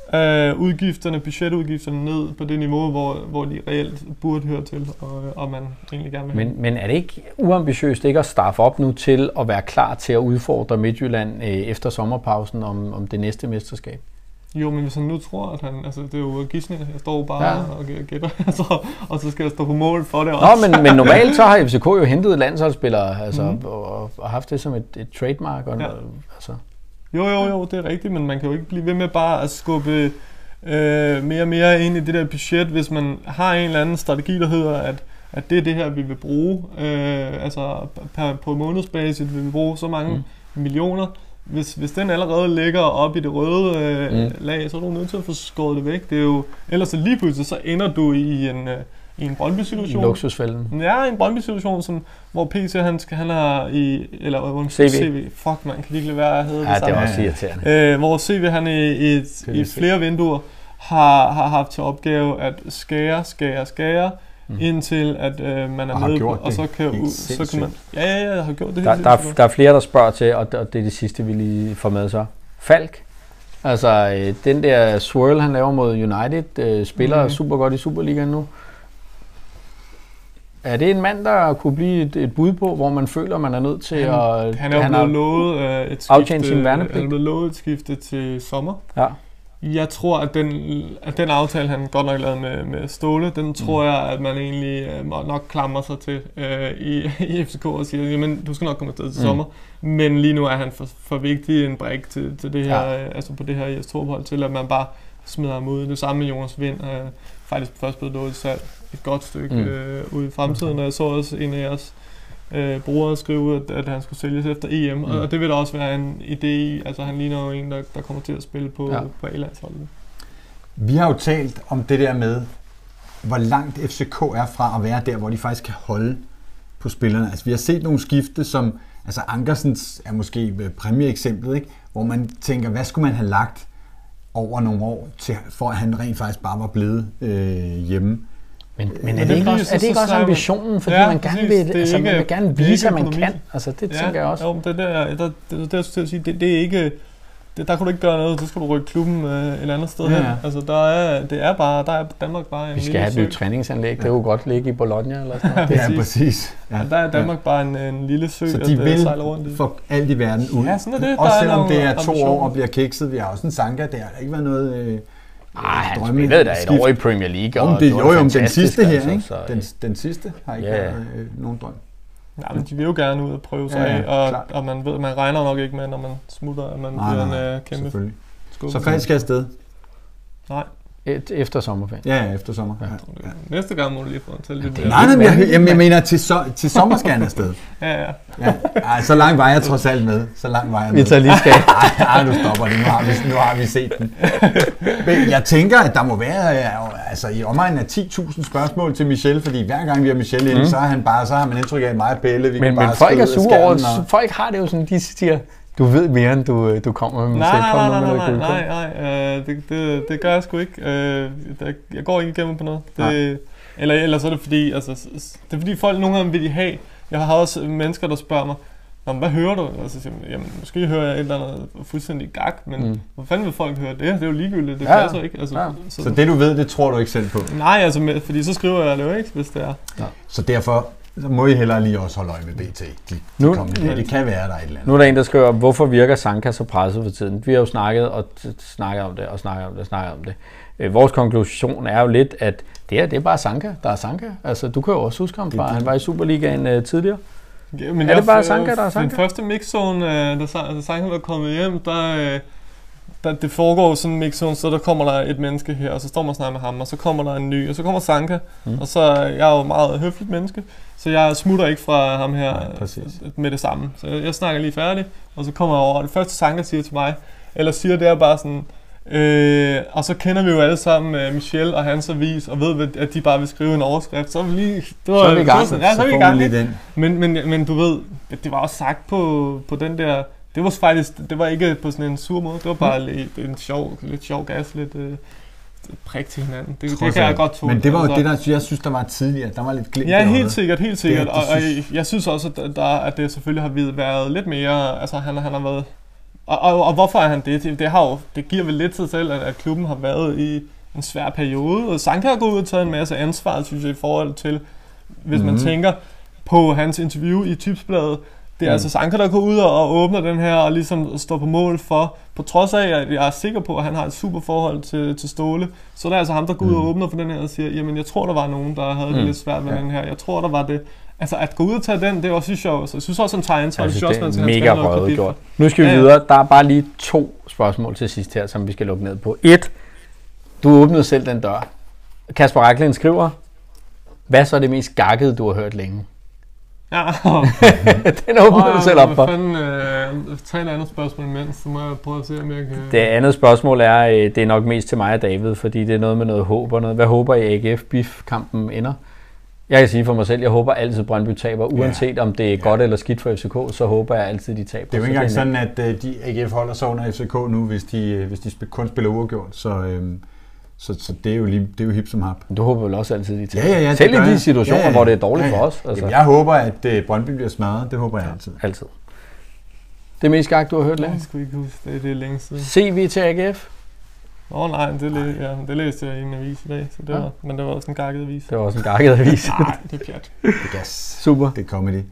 budgetudgifterne ned på det niveau, hvor de reelt burde høre til, og man egentlig gerne vil. Men er det ikke uambitiøst ikke at starte op nu til at være klar til at udfordre Midtjylland efter sommerpausen om det næste mesterskab? Jo, men hvis han nu tror, at han... Altså, det er jo gidsninger. Jeg står bare og gætter, og så skal jeg stå på mål for det også. Nå, men normalt så har FCK jo hentet landsholdsspillere, altså, og haft det som et trademark. Og noget, altså. Jo, det er rigtigt, men man kan jo ikke blive ved med bare at skubbe mere og mere ind i det der budget, hvis man har en eller anden strategi, der hedder, at det er det her, vi vil bruge. Altså, på månedsbasis vil vi bruge så mange millioner. Hvis den allerede ligger op i det røde lag, så er du nødt til at få skåret det væk. Det er jo, ellers så lige pludselig, så ender du i en Brøndby-situation. I luksusfælden. Ja, en Brøndby-situation, hvor PC han har eller CV. Fuck, man kan lige lade være at hedde det samme. Det er også irriterende. Hvor CV han i flere vinduer har haft til opgave at skære, indtil at man er nede på, og så kan man... Ja, har gjort det. Der er flere, der spørger til, og det er det sidste, vi lige får med så. Falk. Altså, den der swirl, han laver mod United, spiller super godt i Superligaen nu. Er det en mand, der kunne blive et bud på, hvor man føler, man er nødt til at... Han er jo blevet lovet et skifte til sommer. Ja. Jeg tror, at den aftale, han godt nok lavede med Ståle, den tror jeg, at man egentlig nok klamrer sig til i FCK og siger, jamen, du skal nok komme afsted til sommer. Men lige nu er han for vigtig en brik til det her, altså på det her Jes Torup-hold, til at man bare smider ham ud. Det samme med Jonas Vind, faktisk først blevet lovet salg et godt stykke ude i fremtiden, og jeg så også en af jeres brugere skrive, at han skulle sælges efter EM, og det vil da også være en idé i, altså han ligner jo en, der kommer til at spille på A-landsholdet. Vi har jo talt om det der med, hvor langt FCK er fra at være der, hvor de faktisk kan holde på spillerne. Altså vi har set nogle skifte, som, altså Ankersens er måske præmieeksemplet, ikke? Hvor man tænker, hvad skulle man have lagt over nogle år, for at han rent faktisk bare var blevet hjemme. Men er det ikke også ambitionen, fordi man gerne vil, altså man vil gerne vise, at man kan? Altså det tænker jeg også. Jo, det er til at sige, det er ikke, der kunne du ikke gøre noget, så skal du rykke klubben et andet sted hen. Altså der er Danmark bare en vi skal have et nyt træningsanlæg, det kunne godt ligge i Bologna eller sådan noget. Ja, præcis. Ja. Der er Danmark bare en lille sø, så de vil få alt i verden ud. Ja, sådan er det. Også selvom det er 2 år og bliver kikset. Vi har også en Sanka der. Der har ikke været noget... han spillede da et år i Premier League. Og det var den sidste her, ikke? Den sidste har ikke været nogen drøm. Ja, men de vil jo gerne ud og prøve sig af, og man regner nok ikke med, når man smutter, at man bliver en kæmpe skub. Så Falk skal afsted? Nej. Efter sommerferien. Ja, efter sommer. Ja. Næste gang må du lige få en til lidt. Nej, jeg mener til sommer skal han afsted. Ja. Ej, så langt var jeg trods alt med. Så langt var jeg med. Vi tager lige skab. Ej, nu stopper det. Nu har vi set den. Men jeg tænker, at der må være altså i omegnen af 10.000 spørgsmål til Michel, fordi hver gang vi har Michel inde, så har man indtryk af mig og Pelle. Men folk er sure over, folk har det jo sådan, de siger, du ved mere, end du kommer med. Nej, det gør jeg sgu ikke. Jeg går ikke igennem på noget. Eller så er det fordi, altså, det er fordi folk nogle gange vil de have. Jeg har også mennesker, der spørger mig, hvad hører du? Altså, jamen, måske hører jeg et eller andet fuldstændig gak, men hvor fanden vil folk høre det? Det er jo ligegyldigt, det passer ikke. Altså, så det du ved, det tror du ikke selv på? Nej, altså, fordi så skriver jeg det jo ikke, hvis det er. Ja. Så derfor så må I hellere lige også holde øje med BT. Det kan være, der er et eller andet. Nu er der en, der skriver, hvorfor virker Sanka så presset for tiden? Vi har jo snakket om det. Vores konklusion er jo lidt, at det er bare Sanka, der er Sanka. Altså, du kan jo også huske ham fra, han var i Superligaen tidligere. Ja, men er det bare Sanka, der er Sanka? Den første mixzone, da Sanka var kommet hjem, der det foregår sådan en mixzone, så der kommer der et menneske her, og så står man og snakker med ham, og så kommer der en ny, og så kommer Sanka, og så jeg er jo et meget høfligt menneske, så jeg smutter ikke fra ham her med det samme. Så jeg snakker lige færdig, og så kommer jeg over, og det første Sanka siger til mig, eller siger det er bare sådan, og så kender vi jo alle sammen Michel og hans avis, og ved, at de bare vil skrive en overskrift, så er vi lige... Så er vi i gang. Så er vi i gang. Men du ved, det var også sagt på den der... Det var faktisk, det var ikke på sådan en sur måde, det var bare lidt sjov gas, lidt prik til hinanden. Det kan jeg godt tåle. Men det var jo det, der jeg synes, der var tidligere. Der var lidt glimt. Ja, helt sikkert. Og jeg synes også, at det selvfølgelig har været lidt mere, altså han har været... Og hvorfor er han det? Det giver vel lidt sig selv, at klubben har været i en svær periode. Og Sanka har gået ud og taget en masse ansvar, synes jeg, i forhold til, hvis man tænker på hans interview i Tipsbladet. Det er altså Sanka, der går ud og åbner den her og ligesom står på mål for, på trods af, at jeg er sikker på, at han har et super forhold til Ståle, så er det altså ham, der går ud og åbner for den her og siger, jamen jeg tror, der var nogen, der havde det lidt svært med den her. Jeg tror, der var det. Altså at gå ud og tage den, det også, synes jeg også. Jeg synes også, han tager ansvar. Altså, det er mega røvet gjort. Nu skal vi videre. Der er bare lige 2 spørgsmål til sidst her, som vi skal lukke ned på. 1. Du åbnede selv den dør. Kasper Racklin skriver, hvad så er det mest gakkede, du har hørt længe? Ja. Den åbner du selv op for. Tag et andet spørgsmål imens, så må jeg prøve at se, om jeg kan... Det andet spørgsmål er, det er nok mest til mig og David, fordi det er noget med noget håb og noget. Hvad håber I, AGF-BIF-kampen ender? Jeg kan sige for mig selv, jeg håber altid Brøndby taber, uanset om det er godt eller skidt for FCK, så håber jeg altid, de taber. Det er jo ikke engang sådan, at de AGF holder sig under FCK nu, hvis de kun spiller uafgjort, så det er jo det er jo hip som hap. Du håber vel også altid, de taber? Ja, selv i de situationer, hvor det er dårligt for os. Altså. Jamen, jeg håber, at Brøndby bliver smadret. Det håber jeg altid. Altid. Det mest gak, du har hørt længe? Jeg skulle ikke huske det er længe siden. CV til AGF? Nej, det læste jeg i en avis i dag, så det var, men det var også en gakket avis. Det var også en gakket avis. Nej, det er pjat. Det er gas. Super. Det er comedy.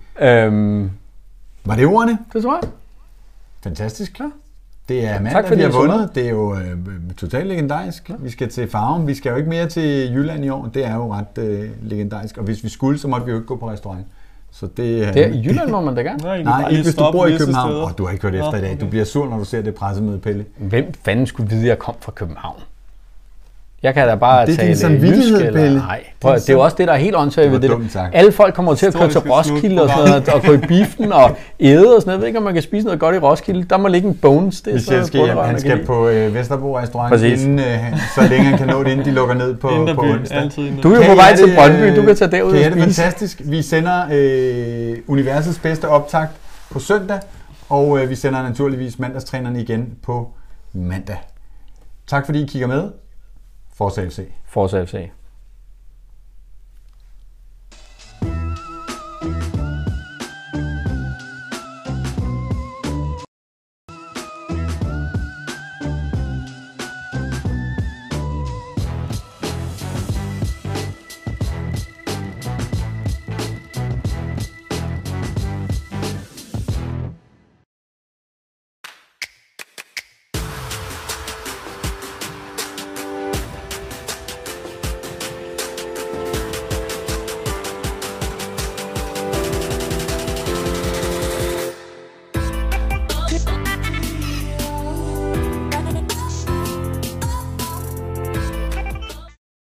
Var det ordene? Det tror jeg. Fantastisk. Ja. Det er mandag, vi har vundet. Det er jo totalt legendarisk. Ja. Vi skal til Farum. Vi skal jo ikke mere til Jylland i år. Det er jo ret legendarisk. Og hvis vi skulle, så måtte vi jo ikke gå på restaurant. Så det i Jylland må man da gerne. Nej, ikke hvis du bor i København. Du har ikke hørt efter i dag. Du bliver sur, når du ser det pressemøde, Pelle. Hvem fanden skulle vide, at jeg kom fra København? Jeg kan da bare tale jysk eller... Nej, det er jo også det, der er helt åndssvagt ved det. Alle folk kommer til at køre til Roskilde og sådan noget, og gå i biffen og æde og sådan noget. Jeg ved ikke, om man kan spise noget godt i Roskilde. Der må ligge en bones. Det er så han skal på Vesterbro Restaurant, inden, så længe han kan nå det, inden de lukker ned på onsdag. Du er jo på vej til Brøndby, du kan tage derud og spise. Det er fantastisk. Vi sender universets bedste optakt på søndag, og vi sender naturligvis mandagstrænerne igen på mandag. Tak fordi I kigger med. Forza FC. Forza FC.